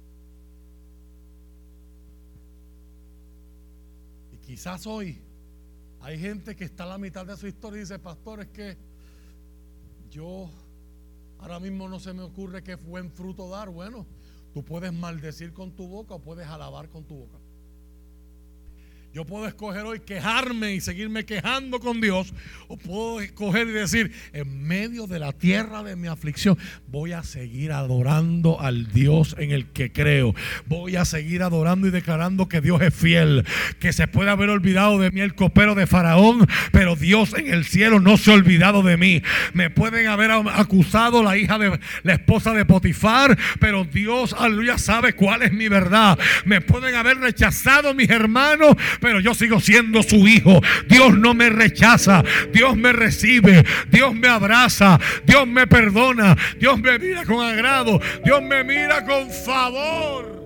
Y quizás hoy hay gente que está a la mitad de su historia y dice, pastor, es que yo ahora mismo no se me ocurre qué buen fruto dar. Bueno, tú puedes maldecir con tu boca o puedes alabar con tu boca. Yo puedo escoger hoy quejarme y seguirme quejando con Dios, o puedo escoger y decir, en medio de la tierra de mi aflicción, voy a seguir adorando al Dios en el que creo. Voy a seguir adorando y declarando que Dios es fiel, que se puede haber olvidado de mí el copero de Faraón, pero Dios en el cielo no se ha olvidado de mí. Me pueden haber acusado la hija de la esposa de Potifar, pero Dios, aleluya, sabe cuál es mi verdad. Me pueden haber rechazado mis hermanos, pero yo sigo siendo su hijo. Dios no me rechaza, Dios me recibe, Dios me abraza, Dios me perdona, Dios me mira con agrado, Dios me mira con favor.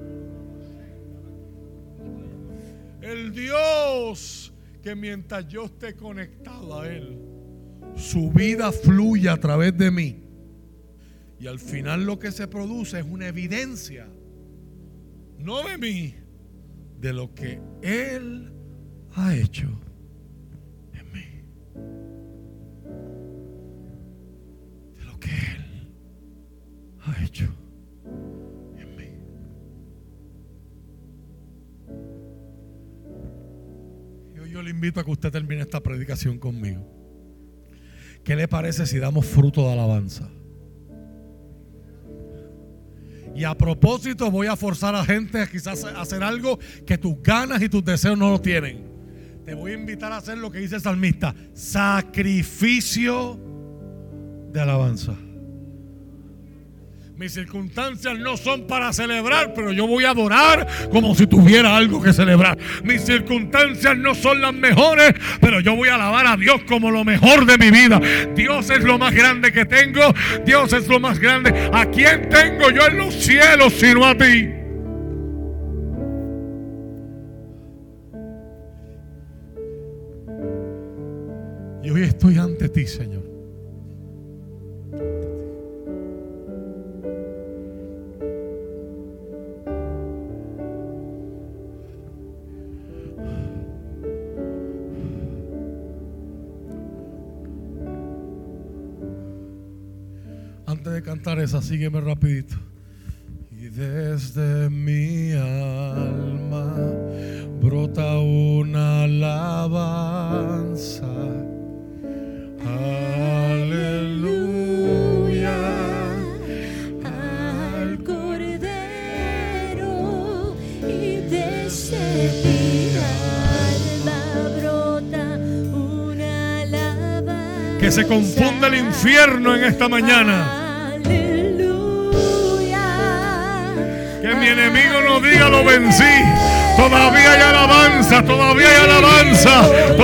El Dios que mientras yo esté conectado a Él, su vida fluye a través de mí, y al final lo que se produce es una evidencia, no de mí, de lo que Él ha hecho en mí, de lo que Él ha hecho en mí. Y hoy yo le invito a que usted termine esta predicación conmigo. ¿Qué le parece si damos fruto de alabanza? Y a propósito, voy a forzar a gente a quizás a hacer algo que tus ganas y tus deseos no lo tienen. Te voy a invitar a hacer lo que dice el salmista: sacrificio de alabanza. Mis circunstancias no son para celebrar, pero yo voy a adorar como si tuviera algo que celebrar. Mis circunstancias no son las mejores, pero yo voy a alabar a Dios como lo mejor de mi vida. Dios es lo más grande que tengo. Dios es lo más grande. ¿A quién tengo yo en los cielos sino a ti? Y hoy estoy ante ti, Señor. Antes de cantar esa, sígueme rapidito. Y desde mi alma brota una alabanza. Aleluya al Cordero, y desde mi alma brota una alabanza. Que se confunda el infierno en esta mañana. Que mi enemigo no diga lo vencí. Todavía hay alabanza, todavía hay alabanza.